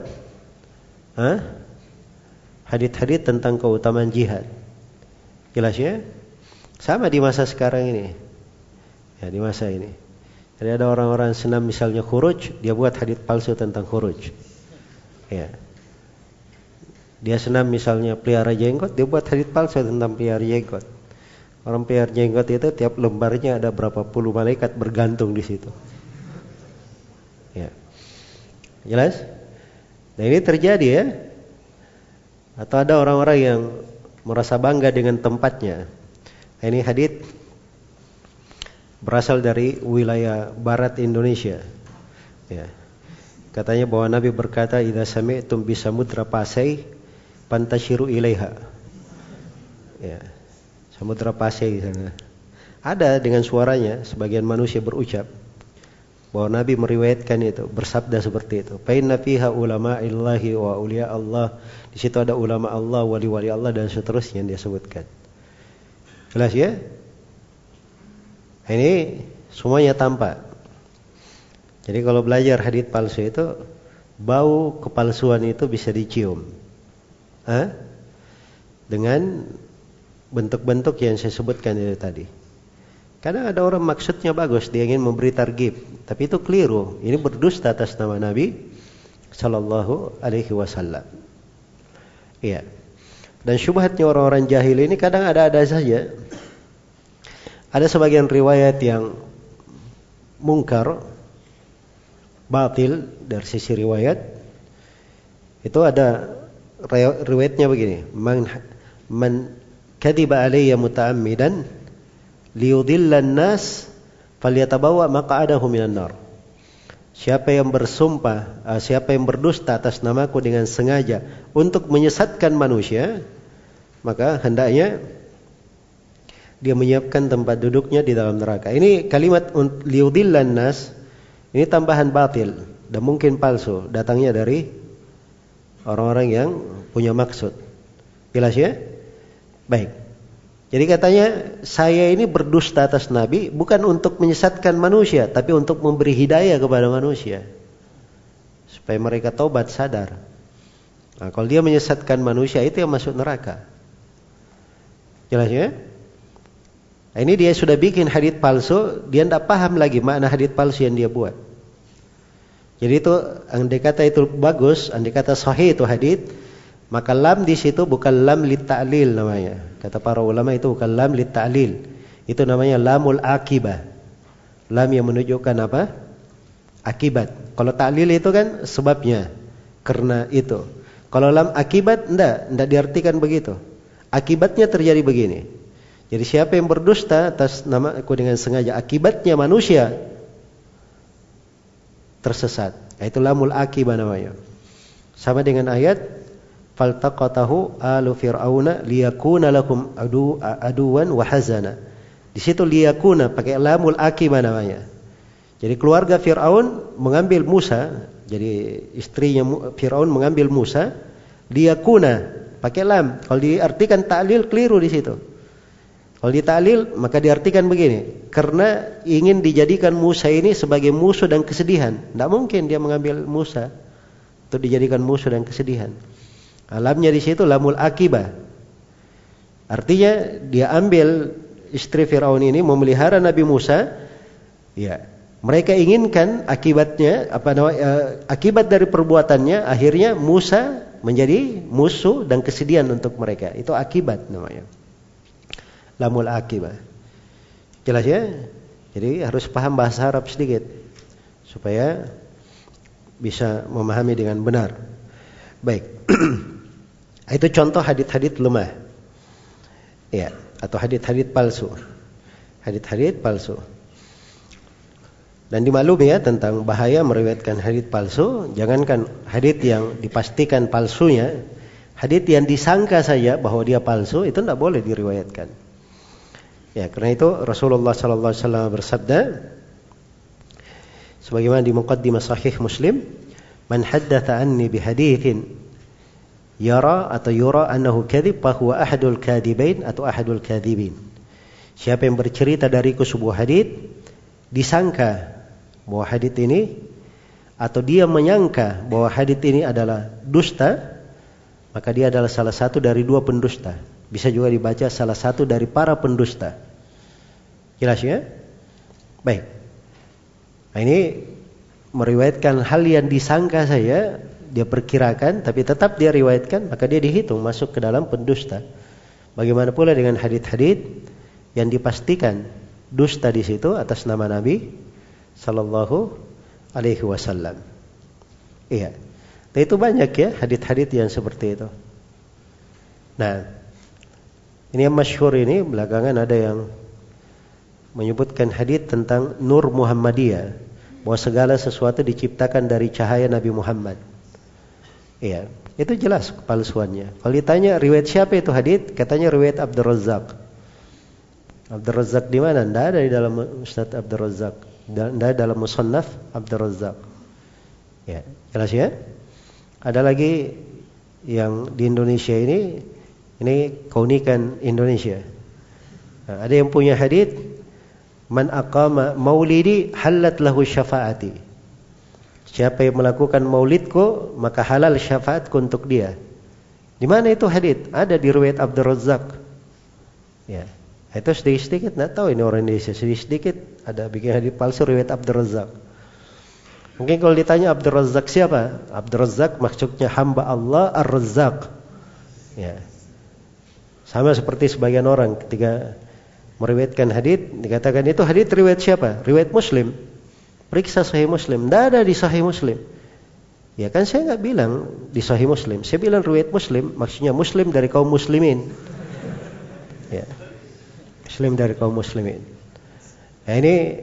hadits-hadits tentang keutamaan jihad. Jelas ya? Sama di masa sekarang ini. Ya, di masa ini. Jadi ada orang-orang senang misalnya khuruj, dia buat hadits palsu tentang khuruj. Ya. Dia senam misalnya pelihara jenggot, dia buat hadits palsu tentang pelihara jenggot. Orang pelihara jenggot itu tiap lembarnya ada berapa puluh malaikat bergantung di situ. Ya. Jelas? Nah, ini terjadi ya. Atau ada orang-orang yang merasa bangga dengan tempatnya. Nah, ini hadits berasal dari wilayah barat Indonesia. Ya. Katanya bahwa Nabi berkata, "Idza sami'tum bi samudra pasai pantashiru ilaiha." Ya. Samudra pasai di sana. Ada dengan suaranya sebagian manusia berucap bahwa Nabi meriwayatkan itu, bersabda seperti itu. Fa inna fiha ulama'illahi wa auliya Allah. Di situ ada ulama Allah, wali-wali Allah dan seterusnya yang dia sebutkan. Jelas ya? Ini semuanya tampak. Jadi kalau belajar hadits palsu itu, bau kepalsuan itu bisa dicium. Dengan bentuk-bentuk yang saya sebutkan itu tadi. Kadang ada orang maksudnya bagus, dia ingin memberi targhib, tapi itu keliru. Ini berdusta atas nama Nabi sallallahu alaihi wasallam. Iya. Dan syubhatnya orang-orang jahil ini kadang ada-ada saja. Ada sebagian riwayat yang mungkar, batil dari sisi riwayat. Itu ada riwayatnya begini, man kadiba alayya muta'ammidan liyudillan nas falyatabawa maq'adahu minan nar. Siapa yang bersumpah, siapa yang berdusta atas namaku dengan sengaja untuk menyesatkan manusia, maka hendaknya dia menyiapkan tempat duduknya di dalam neraka. Ini kalimat liyudillan nas, ini tambahan batil dan mungkin palsu, datangnya dari orang-orang yang punya maksud. Jelas ya? Baik. Jadi katanya, saya ini berdusta atas Nabi bukan untuk menyesatkan manusia, tapi untuk memberi hidayah kepada manusia, supaya mereka taubat, sadar. Nah, kalau dia menyesatkan manusia, itu yang masuk neraka. Jelas ya? Nah, ini dia sudah bikin hadits palsu, dia tidak paham lagi makna hadits palsu yang dia buat. Jadi itu andai kata itu bagus, andai kata sahih itu hadits, maka lam di situ bukan lam lit ta'lil namanya. Kata para ulama itu bukan lam lit ta'lil. Itu namanya lamul akibah. Lam yang menunjukkan apa? Akibat. Kalau ta'lil itu kan sebabnya, karena itu. Kalau lam akibat enggak diartikan begitu. Akibatnya terjadi begini. Jadi siapa yang berdusta atas nama aku dengan sengaja, akibatnya manusia tersesat. Itu lamul akibah namanya. Sama dengan ayat faltaqatahu alu fir'auna liyakuna lakum aduwan wa hazana. Di situ liyakuna pakai lamul akibah namanya. Jadi keluarga Fir'aun mengambil Musa, jadi istrinya Fir'aun mengambil Musa, liyakuna pakai lam. Kalau diartikan ta'lil keliru di situ. Kalau ditaklil maka diartikan begini, karena ingin dijadikan Musa ini sebagai musuh dan kesedihan. Tidak mungkin dia mengambil Musa untuk dijadikan musuh dan kesedihan. Alamnya di situ lamul akibah. Artinya dia ambil istri Firaun ini memelihara Nabi Musa. Ya, mereka inginkan akibatnya akibat dari perbuatannya akhirnya Musa menjadi musuh dan kesedihan untuk mereka. Itu akibat namanya. Lamul akibah. Jelas ya? Jadi harus paham bahasa Arab sedikit supaya bisa memahami dengan benar. Baik. Itu contoh hadits-hadits lemah. Ya, atau hadits-hadits palsu. Hadits-hadits palsu. Dan dimaklumi ya tentang bahaya meriwayatkan hadits palsu. Jangankan hadits yang dipastikan palsunya, hadits yang disangka saja bahwa dia palsu itu tidak boleh diriwayatkan. Ya, karena itu Rasulullah sallallahu alaihi wasallam bersabda sebagaimana di muqaddimah sahih Muslim, "Man haddatha anni bihaditsin yara atau yura annahu kadzib fa huwa ahadul kadzibain atau ahadul kadzibin." Siapa yang bercerita dariku sebuah hadits disangka bahwa hadits ini atau dia menyangka bahwa hadits ini adalah dusta, maka dia adalah salah satu dari dua pendusta. Bisa juga dibaca salah satu dari para pendusta. Jelas ya? Baik. Nah, ini meriwayatkan hal yang disangka saja, dia perkirakan, tapi tetap dia riwayatkan, maka dia dihitung masuk ke dalam pendusta. Bagaimana pula dengan hadits-hadits yang dipastikan dusta di situ atas nama Nabi Sallallahu Alaihi Wasallam. Iya. Nah, itu banyak ya hadits-hadits yang seperti itu. Nah, ini yang masyhur ini belakangan ada yang menyebutkan hadits tentang Nur Muhammadiyah, bahwa segala sesuatu diciptakan dari cahaya Nabi Muhammad. Iya, itu jelas kepalsuannya. Kalau ditanya riwayat siapa itu hadits, katanya riwayat Abdul Razzaq. Abdul Razzaq di mana? Tidak ada di dalam Ustaz Abdul Razzaq. Tidak ada dalam Musannaf Abdul Razzaq. Ya, jelas ya? Ada lagi yang di Indonesia ini keunikan Indonesia. Nah, ada yang punya hadits, man aqama maulidi halat lahu syafaati. Siapa yang melakukan maulidku maka halal syafaatku untuk dia. Di mana itu hadits? Ada di riwayat Abdul Razzaq. Ya. Itu sedikit-sedikit enggak tahu ini orang Indonesia, sedikit-sedikit ada bikin hadits palsu riwayat Abdul Razzaq. Mungkin kalau ditanya Abdul Razzaq siapa? Abdul Razzaq maksudnya hamba Allah Ar-Razzaq. Ya. Sama seperti sebagian orang ketika meriwayatkan hadits dikatakan itu hadits riwayat siapa? Riwayat Muslim. Periksa Sahih Muslim. Tidak ada di Sahih Muslim. Ya kan saya nggak bilang di Sahih Muslim. Saya bilang riwayat Muslim. Maksudnya Muslim dari kaum muslimin. Ya. Muslim dari kaum muslimin. Nah, ini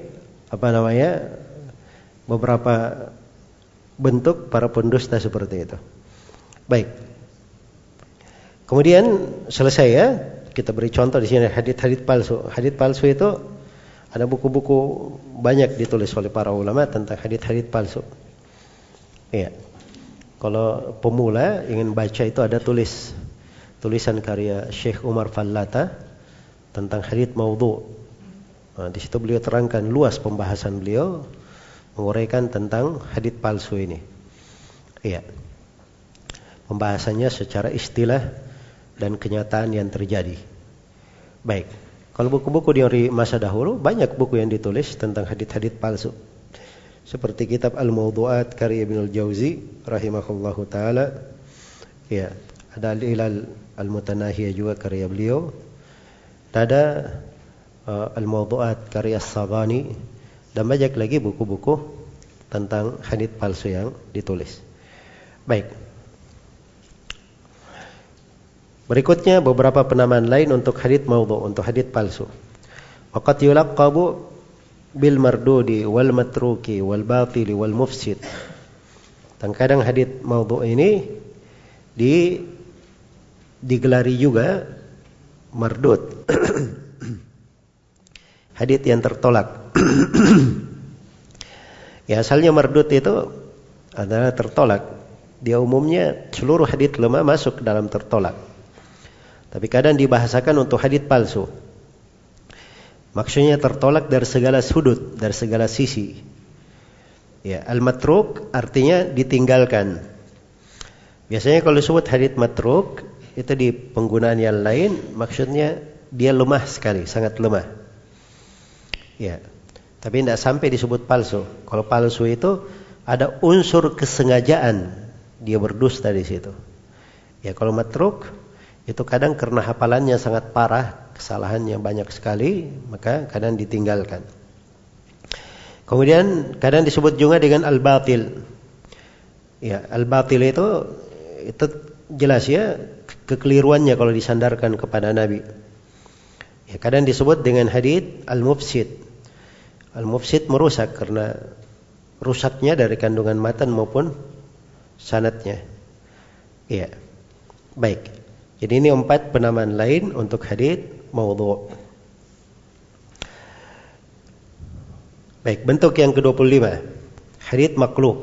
beberapa bentuk para pendusta seperti itu. Baik. Kemudian selesai ya, kita beri contoh di sini hadits-hadits palsu. Hadits palsu itu ada buku-buku banyak ditulis oleh para ulama tentang hadits-hadits palsu. Iya. Kalau pemula ingin baca itu ada tulisan karya Syekh Umar Fallata tentang hadits maudhu. Nah, di situ beliau terangkan luas pembahasan beliau menguraikan tentang hadits palsu ini. Iya. Pembahasannya secara istilah dan kenyataan yang terjadi. Baik. Kalau buku-buku dari masa dahulu banyak buku yang ditulis tentang hadits-hadits palsu. Seperti kitab Al-Mawdu'at karya Ibnul Jauzi rahimahullahu taala. Ya, ada Al-Ilal Al-Mutanahiyah juga karya beliau. Ada Al-Mawdu'at karya As-Sabani dan banyak lagi buku-buku tentang hadits palsu yang ditulis. Baik. Berikutnya beberapa penamaan lain untuk hadits maudhu', untuk hadits palsu. Waqad yulaqqabu bil mardudi wal matruki wal batili wal mufsid. Kadang hadits maudhu' ini digelari juga mardud. Hadits yang tertolak. Ya, asalnya mardud itu adalah tertolak. Dia umumnya seluruh hadits lemah masuk dalam tertolak. Tapi kadang dibahasakan untuk hadits palsu. Maksudnya tertolak dari segala sudut, dari segala sisi. Ya, al-matruk artinya ditinggalkan. Biasanya kalau disebut hadits matruk itu di penggunaan yang lain maksudnya dia lemah sekali, sangat lemah. Ya. Tapi tidak sampai disebut palsu. Kalau palsu itu ada unsur kesengajaan dia berdusta di situ. Ya, kalau matruk itu kadang karena hafalannya sangat parah, kesalahannya banyak sekali, maka kadang ditinggalkan. Kemudian kadang disebut juga dengan al-batil. Ya, al-batil itu jelas ya kekeliruannya kalau disandarkan kepada Nabi. Ya, kadang disebut dengan hadits al-mufsid. Al-mufsid merusak karena rusaknya dari kandungan matan maupun sanadnya. Ya. Baik. Jadi ini 4 penamaan lain untuk hadits maudhu'. Baik, bentuk yang ke-25. Hadits maqlub.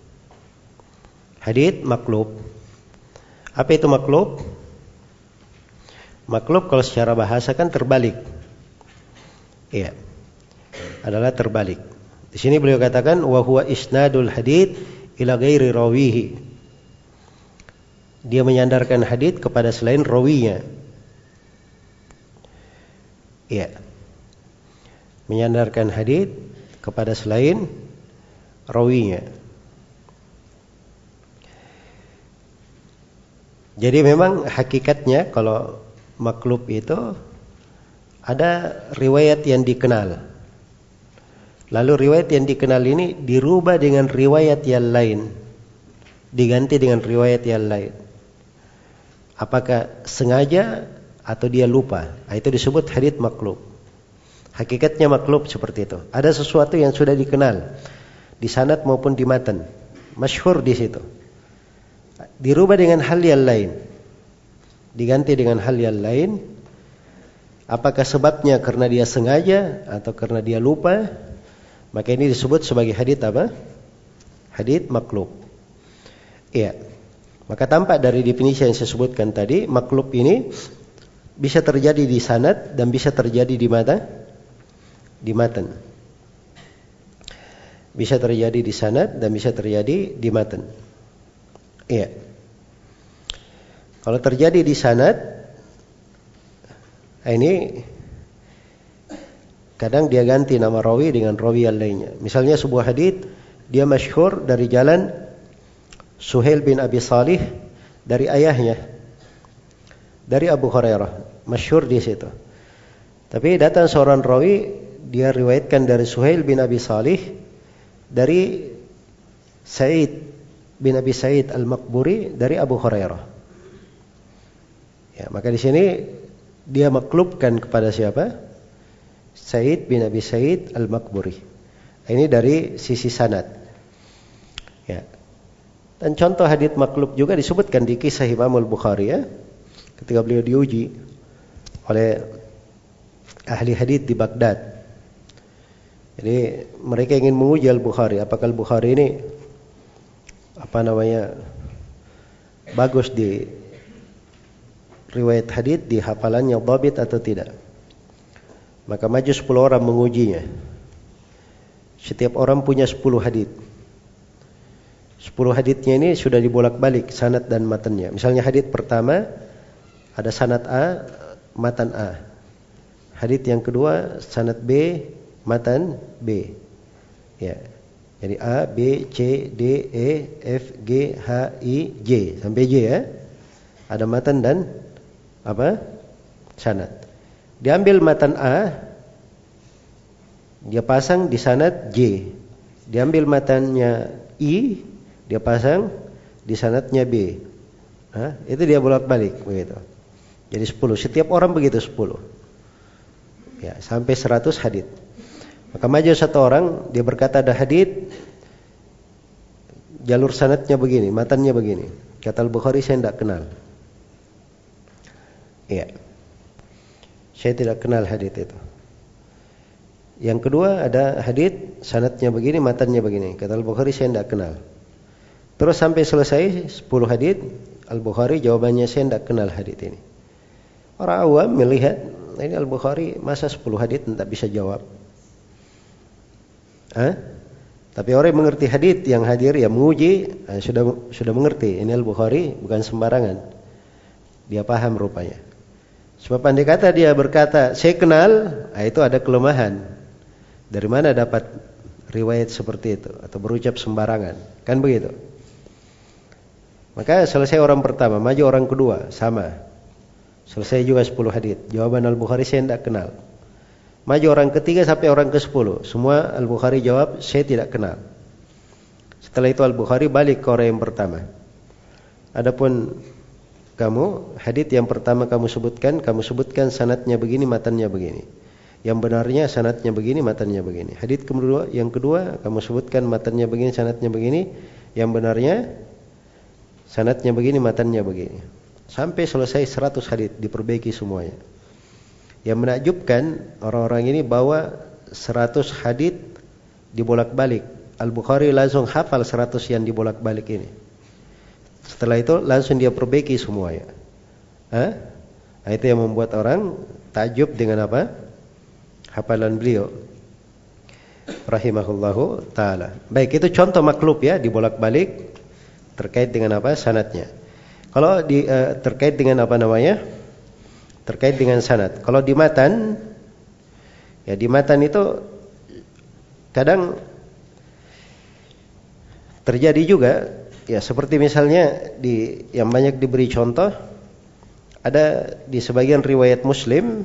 Hadits maqlub. Apa itu maqlub? Maqlub kalau secara bahasa kan terbalik. Iya. Adalah terbalik. Di sini beliau katakan wa huwa isnadul hadits ila ghairi rawihi. Dia menyandarkan hadits kepada selain rawinya. Iya. Menyandarkan hadits kepada selain rawinya. Jadi memang hakikatnya kalau maqlub itu ada riwayat yang dikenal. Lalu riwayat yang dikenal ini dirubah dengan riwayat yang lain. Diganti dengan riwayat yang lain. Apakah sengaja atau dia lupa? Itu disebut hadits maqlub. Hakikatnya maqlub seperti itu. Ada sesuatu yang sudah dikenal di sanad maupun di matan, masyhur di situ. Dirubah dengan hal yang lain. Diganti dengan hal yang lain. Apakah sebabnya karena dia sengaja atau karena dia lupa? Maka ini disebut sebagai hadits apa? Hadits maqlub. Iya. Maka tampak dari definisi yang saya sebutkan tadi, maqlub ini bisa terjadi di sanad dan bisa terjadi di matan. Di matan. Bisa terjadi di sanad dan bisa terjadi di matan. Iya. Kalau terjadi di sanad, ini kadang dia ganti nama rawi dengan rawi yang lainnya. Misalnya sebuah hadits dia masyhur dari jalan Suhail bin Abi Salih dari ayahnya, dari Abu Hurairah, masyhur di situ. Tapi datang seorang rawi, dia riwayatkan dari Suhail bin Abi Salih dari Sa'id bin Abi Sa'id Al-Maqburi dari Abu Hurairah. Ya, maka di sini dia maklubkan kepada siapa? Sa'id bin Abi Sa'id Al-Maqburi. Ini dari sisi sanad. Ya. Dan contoh hadits maklub juga disebutkan di kisah Imam Al-Bukhari ya. Ketika beliau diuji oleh ahli hadits di Baghdad. Jadi mereka ingin menguji Al-Bukhari, apakah Al-Bukhari ini bagus di riwayat hadits, di hafalannya dhabit atau tidak. Maka maju 10 orang mengujinya. Setiap orang punya 10 hadits. 10 haditsnya ini sudah dibolak-balik sanad dan matannya. Misalnya hadits pertama ada sanad A, matan A. Hadits yang kedua sanad B, matan B. Ya. Jadi A, B, C, D, E, F, G, H, I, J sampai J ya. Ada matan dan apa? Sanad. Diambil matan A, dia pasang di sanad J. Diambil matannya I, dia pasang di sanadnya B. Itu dia bolak-balik begitu. Jadi 10. Setiap orang begitu 10. Ya, sampai 100 hadits. Maka maju satu orang, dia berkata ada hadits jalur sanadnya begini, matannya begini. Kata Al-Bukhari, saya tidak kenal. Iya. Saya tidak kenal hadits itu. Yang kedua ada hadits sanadnya begini, matannya begini. Kata Al-Bukhari, saya tidak kenal. Terus sampai selesai 10 hadits, Al-Bukhari jawabannya, saya tidak kenal hadits ini. Orang awam melihat ini Al-Bukhari masa 10 hadits tidak bisa jawab. Tapi orang yang mengerti hadits yang hadir yang menguji sudah mengerti ini Al-Bukhari bukan sembarangan. Dia paham rupanya. Sebab andai kata dia berkata saya kenal, itu ada kelemahan. Dari mana dapat riwayat seperti itu atau berucap sembarangan? Kan begitu. Maka selesai orang pertama, maju orang kedua, sama. Selesai juga 10 hadits. Jawaban Al-Bukhari saya tidak kenal. Maju orang ketiga sampai orang ke-10. Semua Al-Bukhari jawab, saya tidak kenal. Setelah itu Al-Bukhari balik ke orang yang pertama. Adapun kamu, hadits yang pertama kamu sebutkan sanadnya begini, matannya begini. Yang benarnya sanadnya begini, matannya begini. Hadits yang kedua kamu sebutkan matannya begini, sanadnya begini. Yang benarnya sanadnya begini, matannya begini. Sampai selesai 100 hadits, diperbaiki semuanya. Yang menakjubkan orang-orang ini bawa 100 hadits dibolak-balik. Al-Bukhari langsung hafal 100 yang dibolak-balik ini. Setelah itu langsung dia perbaiki semuanya. Itu yang membuat orang takjub dengan apa? Hafalan beliau. Rahimahullahu ta'ala. Baik, itu contoh maklub ya, dibolak-balik terkait dengan apa? Sanadnya. Kalau terkait dengan apa namanya? Terkait dengan sanad. Kalau di matan, ya di matan itu kadang terjadi juga, ya seperti misalnya yang banyak diberi contoh, ada di sebagian riwayat Muslim,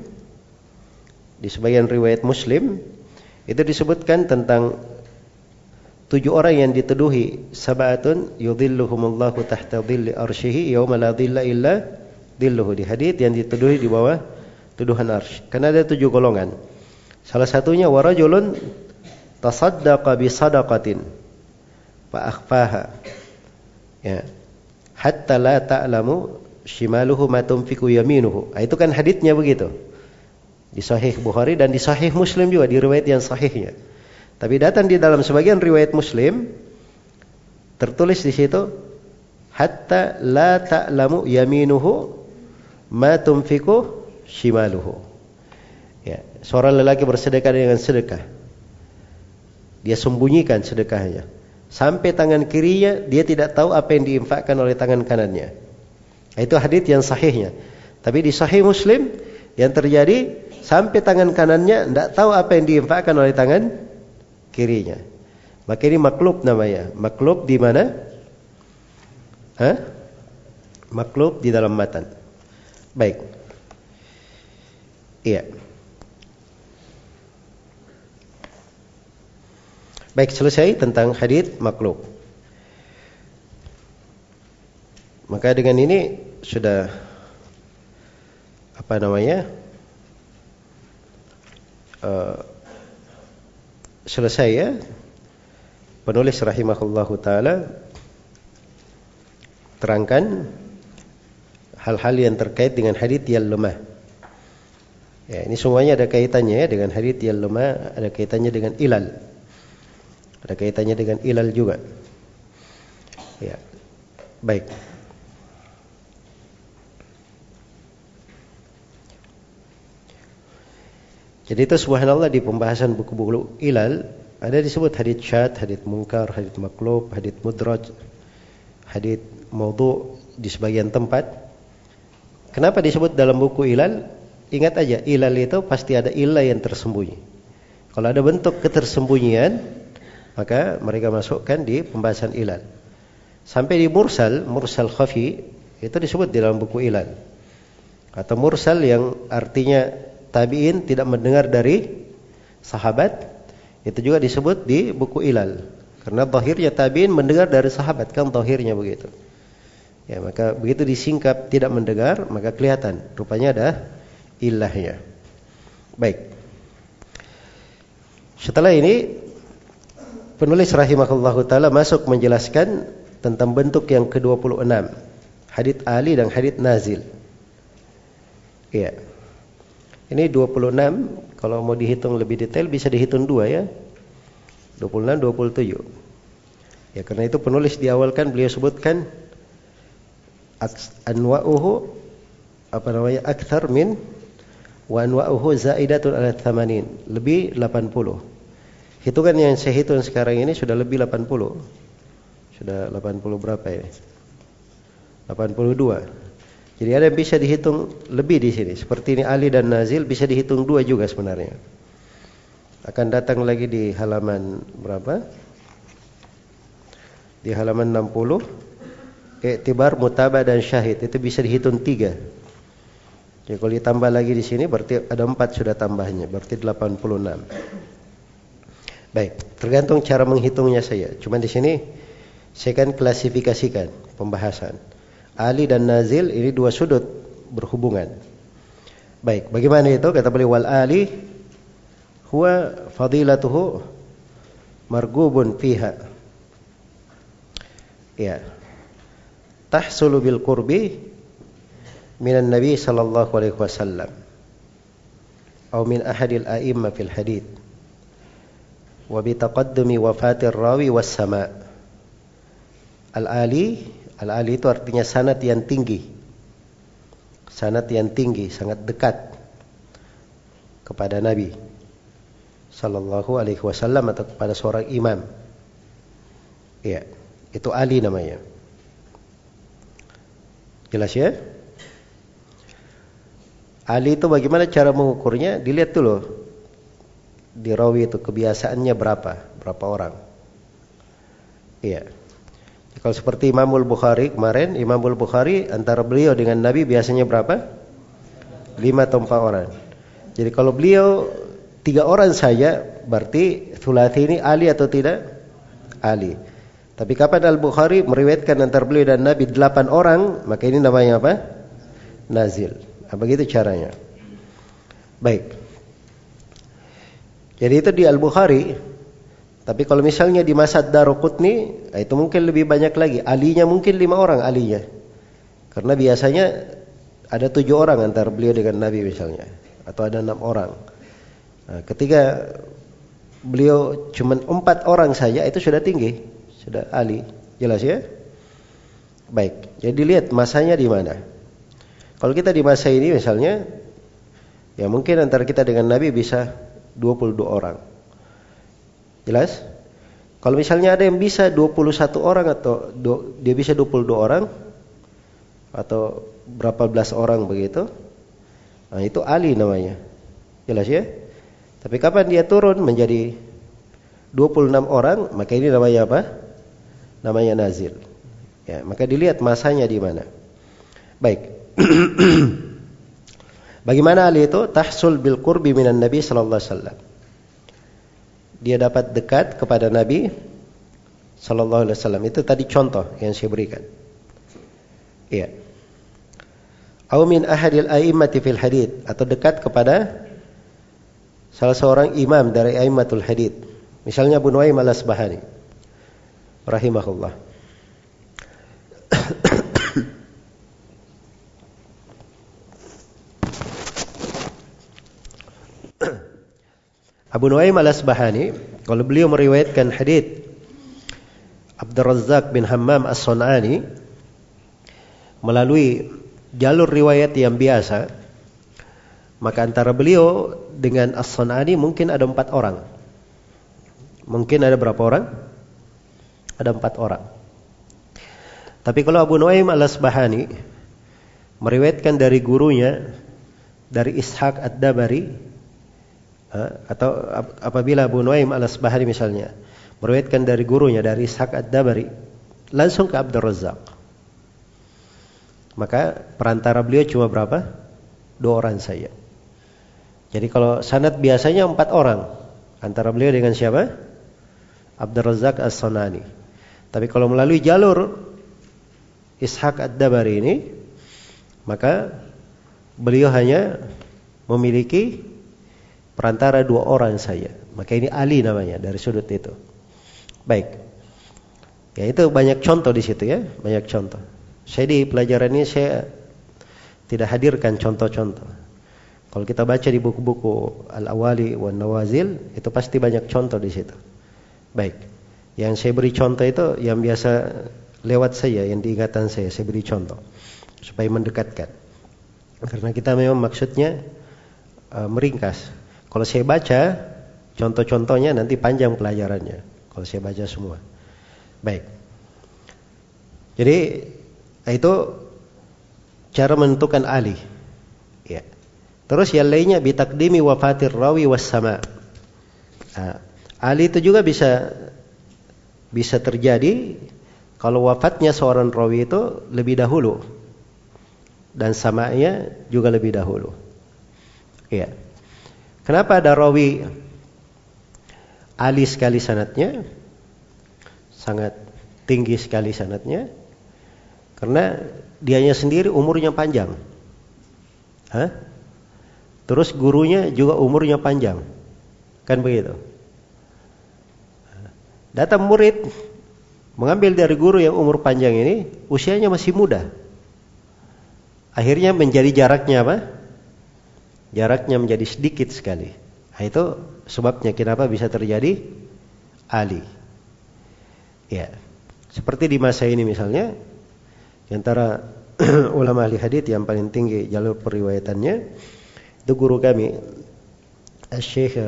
itu disebutkan tentang 7 orang yang dituduhi, sab'atun yudhilluhumullahu tahta dhilli arsyihi yauma la dhilla illa dhilluhu, di hadits yang dituduhi di bawah tuduhan arsy. Karena ada 7 golongan. Salah satunya warajulun tasaddaqa bi sadaqatin fa akhfaha. Ya. Hatta la ta'lamu shimaluhu ma tunfiqu yaminuhu. Itu kan haditsnya begitu. Di Sahih Bukhari dan di Sahih Muslim juga, di riwayat yang sahihnya. Tapi datang di dalam sebagian riwayat Muslim tertulis di situ hatta la ta'lamu yaminuhu ma tunfiqu shimaluhu. Ya, seorang lelaki bersedekah dengan sedekah. Dia sembunyikan sedekahnya. Sampai tangan kirinya dia tidak tahu apa yang diinfakkan oleh tangan kanannya. Itu hadits yang sahihnya. Tapi di Sahih Muslim yang terjadi sampai tangan kanannya tidak tahu apa yang diinfakkan oleh tangan kirinya. Maka ini maklub namanya. Maklub di mana? Maklub di dalam matan. Baik. Iya. Baik, selesai tentang hadits maklub. Maka dengan ini sudah selesai ya. Penulis rahimahullahu ta'ala terangkan hal-hal yang terkait dengan hadits yang lemah. Ya, ini semuanya ada kaitannya ya dengan hadits yang lemah, ada kaitannya dengan ilal. Ada kaitannya dengan ilal juga. Ya. Baik. Jadi itu subhanallah di pembahasan buku-buku ilal ada disebut hadits syadz, hadits munkar, hadits maklub, hadits mudraj, hadits maudhu' di sebagian tempat. Kenapa disebut dalam buku ilal? ingat aja, ilal itu pasti ada ilah yang tersembunyi. Kalau ada bentuk ketersembunyian, maka mereka masukkan di pembahasan ilal. Sampai di mursal khafi, itu disebut di dalam buku ilal. Atau mursal yang artinya tabi'in tidak mendengar dari sahabat, itu juga disebut di buku ilal. Karena zahirnya tabi'in mendengar dari sahabat, kan zahirnya begitu. Ya, maka begitu disingkap tidak mendengar, maka kelihatan rupanya ada ilahnya. Baik. Setelah ini penulis rahimahullahu taala masuk menjelaskan tentang bentuk yang ke-26, hadits ali dan hadits nazil. Iya. Ini 26, kalau mau dihitung lebih detail bisa dihitung 2 ya. 26, 27. Ya, karena itu penulis di awal kan beliau sebutkan anwa'uhu akthar min wa anwa'uhu zaidatun ala 80, lebih 80. Hitungan yang saya hitung sekarang ini sudah lebih 80. Sudah 80 berapa ini? 82. Jadi ada yang bisa dihitung lebih di sini. Seperti ini ali dan nazil bisa dihitung 2 juga sebenarnya. Akan datang lagi di halaman berapa? Di halaman 60. I'tibar, mutabah dan syahid itu bisa dihitung 3. Jadi kalau ditambah lagi di sini berarti ada 4 sudah tambahnya, berarti 86. Baik, tergantung cara menghitungnya saya. Cuma di sini saya kan klasifikasikan pembahasan. Ali dan nazil ini 2 sudut berhubungan. Baik, bagaimana itu? Kata beliau wal ali huwa fadilatuhu margubun fiha. Ya. Tahsulu bil qurbi minan nabi sallallahu alaihi wasallam atau min ahadil a'imma fil hadits wa bi taqaddumi wafatir rawi was sama'. Al-ali itu artinya sanad yang tinggi. Sanad yang tinggi, sangat dekat kepada Nabi sallallahu alaihi wasallam atau kepada seorang imam. Ya, itu ali namanya. Jelas ya? Ali itu bagaimana cara mengukurnya? Dilihat dulu di rawi itu kebiasaannya berapa orang. Iya. Kalau seperti Imamul Bukhari kemarin, Imamul Bukhari antara beliau dengan Nabi biasanya berapa? 5 atau 4 orang. Jadi kalau beliau 3 orang saja, berarti thulathi ini ali atau tidak? Ali. Tapi kapan Al-Bukhari meriwayatkan antara beliau dan Nabi 8 orang, maka ini namanya apa? Nazil. Nah, begitu caranya. Baik. Jadi itu di Al-Bukhari. Tapi kalau misalnya di masa Daruqutni, itu mungkin lebih banyak lagi. Alinya mungkin 5 orang alinya. Karena biasanya ada 7 orang antara beliau dengan Nabi misalnya. Atau ada 6 orang. Nah, ketika beliau cuma 4 orang saja, itu sudah tinggi. Sudah ali. Jelas ya? Baik. Jadi lihat masanya di mana. Kalau kita di masa ini misalnya, ya mungkin antara kita dengan Nabi bisa 22 orang. Jelas? Kalau misalnya ada yang bisa 21 orang atau dia bisa 22 orang atau berapa belas orang begitu, nah itu ali namanya. Jelas ya? Tapi kapan dia turun menjadi 26 orang, maka ini namanya apa? Namanya nazil. Ya, maka dilihat masanya di mana. Baik. Bagaimana ali itu? Tahsul bil qurbi minan nabi sallallahu alaihi wasallam. Dia dapat dekat kepada Nabi sallallahu alaihi wasallam. Itu tadi contoh yang saya berikan. Iya. Au min ahadil a'immati fil hadits, atau dekat kepada salah seorang imam dari a'immatul hadits. Misalnya Abu Nuaim al-Asbahani rahimahullah. Abu Nuaim al-Asbahani, kalau beliau meriwayatkan hadits Abdul Razzaq bin Hammam as-Sun'ani melalui jalur riwayat yang biasa, maka antara beliau dengan as-Sun'ani mungkin ada 4 orang. Mungkin ada berapa orang? Ada 4 orang. Tapi kalau Abu Nuaim al-Asbahani meriwayatkan dari gurunya dari Ishaq Ad-Dabari, atau apabila Abu Nuaim Al-Asbahani misalnya meriwayatkan dari gurunya dari Ishaq Ad-Dabari langsung ke Abdur Razzaq, maka perantara beliau cuma berapa? 2 orang saja. Jadi kalau sanad biasanya 4 orang antara beliau dengan siapa? Abdur Razzaq As-Sanani. Tapi kalau melalui jalur Ishaq Ad-Dabari ini, maka beliau hanya memiliki perantara 2 orang saja. Maka ini Ali namanya dari sudut itu. Baik. Ya, itu banyak contoh di situ ya, banyak contoh. Saya di pelajaran ini saya tidak hadirkan contoh-contoh. Kalau kita baca di buku-buku Al-Awali wan Nawazil, itu pasti banyak contoh di situ. Baik. Yang saya beri contoh itu yang biasa lewat saya, yang diingatan saya beri contoh supaya mendekatkan. Karena kita memang maksudnya meringkas. Kalau saya baca contoh-contohnya nanti panjang pelajarannya. Kalau saya baca semua. Baik. Jadi itu cara menentukan Ali. Ya. Terus yang lainnya bitakdimi wafatir rawi was sama. Ali itu juga bisa terjadi kalau wafatnya seorang rawi itu lebih dahulu dan samanya juga lebih dahulu. Ya. Kenapa ada rawi Ali sekali sanadnya, sangat tinggi sekali sanadnya? Karena dianya sendiri umurnya panjang. Terus gurunya juga umurnya panjang. Kan begitu. Datang murid mengambil dari guru yang umur panjang ini, usianya masih muda. Akhirnya menjadi jaraknya apa? Jaraknya menjadi sedikit sekali. Nah, itu sebabnya kenapa bisa terjadi Ali. Ya. Seperti di masa ini misalnya, di antara ulama ahli hadits yang paling tinggi jalur periwayatannya itu guru kami, Syekh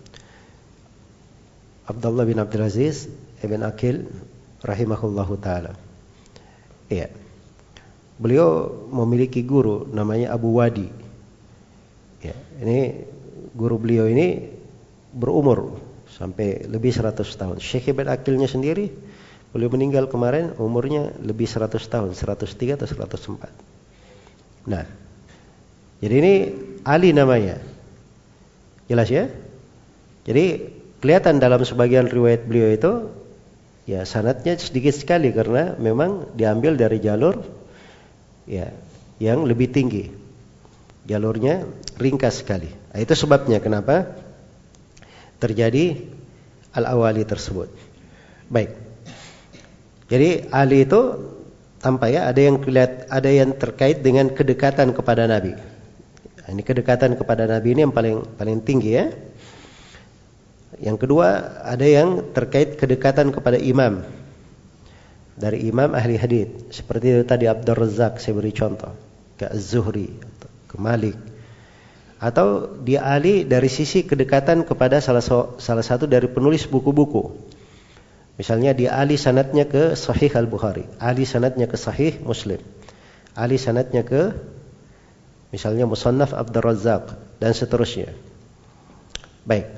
Abdullah bin Abdul Aziz Ibn Aqil rahimahullahu taala. Iya. Beliau memiliki guru namanya Abu Wadi. Ya, ini guru beliau ini berumur sampai lebih 100 tahun. Syekh Ibn Aqilnya sendiri beliau meninggal kemarin umurnya lebih 100 tahun, 103 atau 104. Nah, jadi ini Ali namanya. Jelas ya? Jadi kelihatan dalam sebagian riwayat beliau itu ya sanadnya sedikit sekali karena memang diambil dari jalur ya yang lebih tinggi. Jalurnya ringkas sekali. Nah, itu sebabnya kenapa terjadi al-awali tersebut. Baik. Jadi Ali itu tampak ya ada yang terkait dengan kedekatan kepada Nabi. Nah, ini kedekatan kepada Nabi ini yang paling tinggi ya. Yang kedua ada yang terkait kedekatan kepada imam. Dari imam ahli hadits seperti itu tadi Abdur Razzaq saya beri contoh, ke Az-Zuhri, ke Malik. Atau dia Ali dari sisi kedekatan kepada salah satu dari penulis buku-buku. Misalnya dia Ali sanadnya ke Sahih Al-Bukhari, Ali sanadnya ke Sahih Muslim, Ali sanadnya ke misalnya Musannaf Abdur Razzaq dan seterusnya. Baik.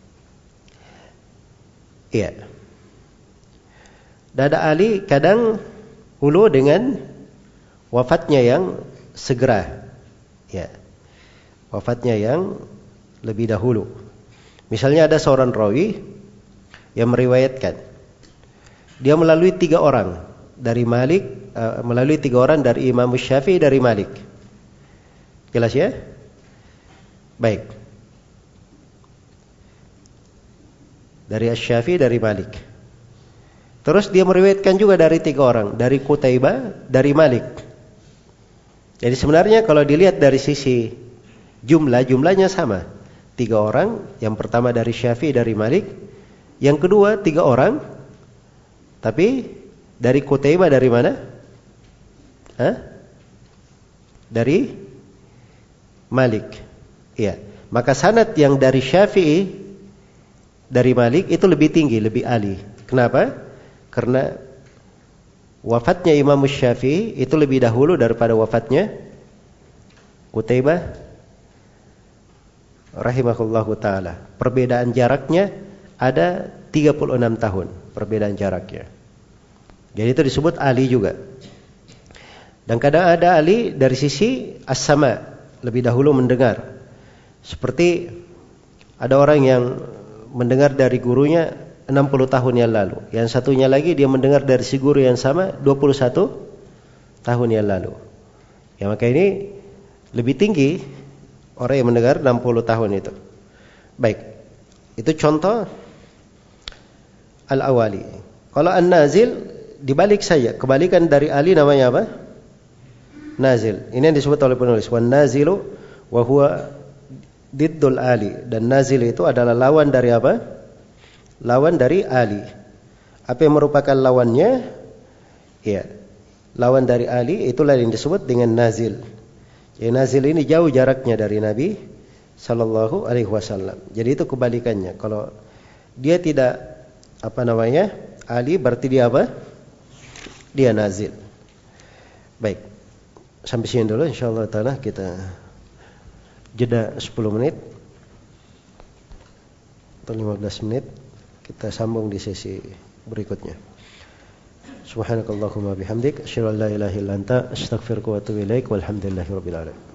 Iya. Dada Ali kadang hulu dengan wafatnya yang segera. Ya. Wafatnya yang lebih dahulu. Misalnya ada seorang rawi yang meriwayatkan, dia melalui 3 orang dari Malik, melalui 3 orang dari Imam Syafi'i dari Malik. Jelas ya? Baik. Dari Asy-Syafi'i dari Malik. Terus dia meriwayatkan juga dari 3 orang, dari Qutaibah, dari Malik. Jadi sebenarnya kalau dilihat dari sisi jumlahnya sama. 3 orang, yang pertama dari Syafi'i dari Malik, yang kedua 3 orang, tapi dari Qutaibah dari mana? Dari Malik. Iya. Maka sanad yang dari Syafi'i dari Malik itu lebih tinggi, lebih ali. Kenapa? Karena wafatnya Imam Syafi'i itu lebih dahulu daripada wafatnya Qutaibah rahimahullahu taala. Perbedaan jaraknya ada 36 tahun perbedaan jaraknya. Jadi itu disebut ali juga. Dan kadang ada ali dari sisi as-sama, lebih dahulu mendengar. Seperti ada orang yang mendengar dari gurunya 60 tahun yang lalu. Yang satunya lagi dia mendengar dari si guru yang sama 21 tahun yang lalu. Ya, maka ini lebih tinggi orang yang mendengar 60 tahun itu. Baik. Itu contoh al-awali. Kalau an-nazil dibalik saja, kebalikan dari ali namanya apa? Nazil. Ini yang disebut oleh penulis, wan nazilu wa huwa diddul ali. Dan nazil itu adalah lawan dari apa? Lawan dari ali. Apa yang merupakan lawannya? Ya, lawan dari ali itulah yang disebut dengan nazil. Jadi nazil ini jauh jaraknya dari Nabi sallallahu alaihi wasallam. Jadi itu kebalikannya. Kalau dia tidak ali, berarti dia apa? Dia nazil. Baik. Sampai sini dulu insyaallah taala, kita jeda 10 menit atau 15 menit, kita sambung di sesi berikutnya. Subhanakallahumma bihamdik asyhadu an la ilaha illa anta astaghfiruka wa atubu ilaik walhamdulillahirabbil alamin.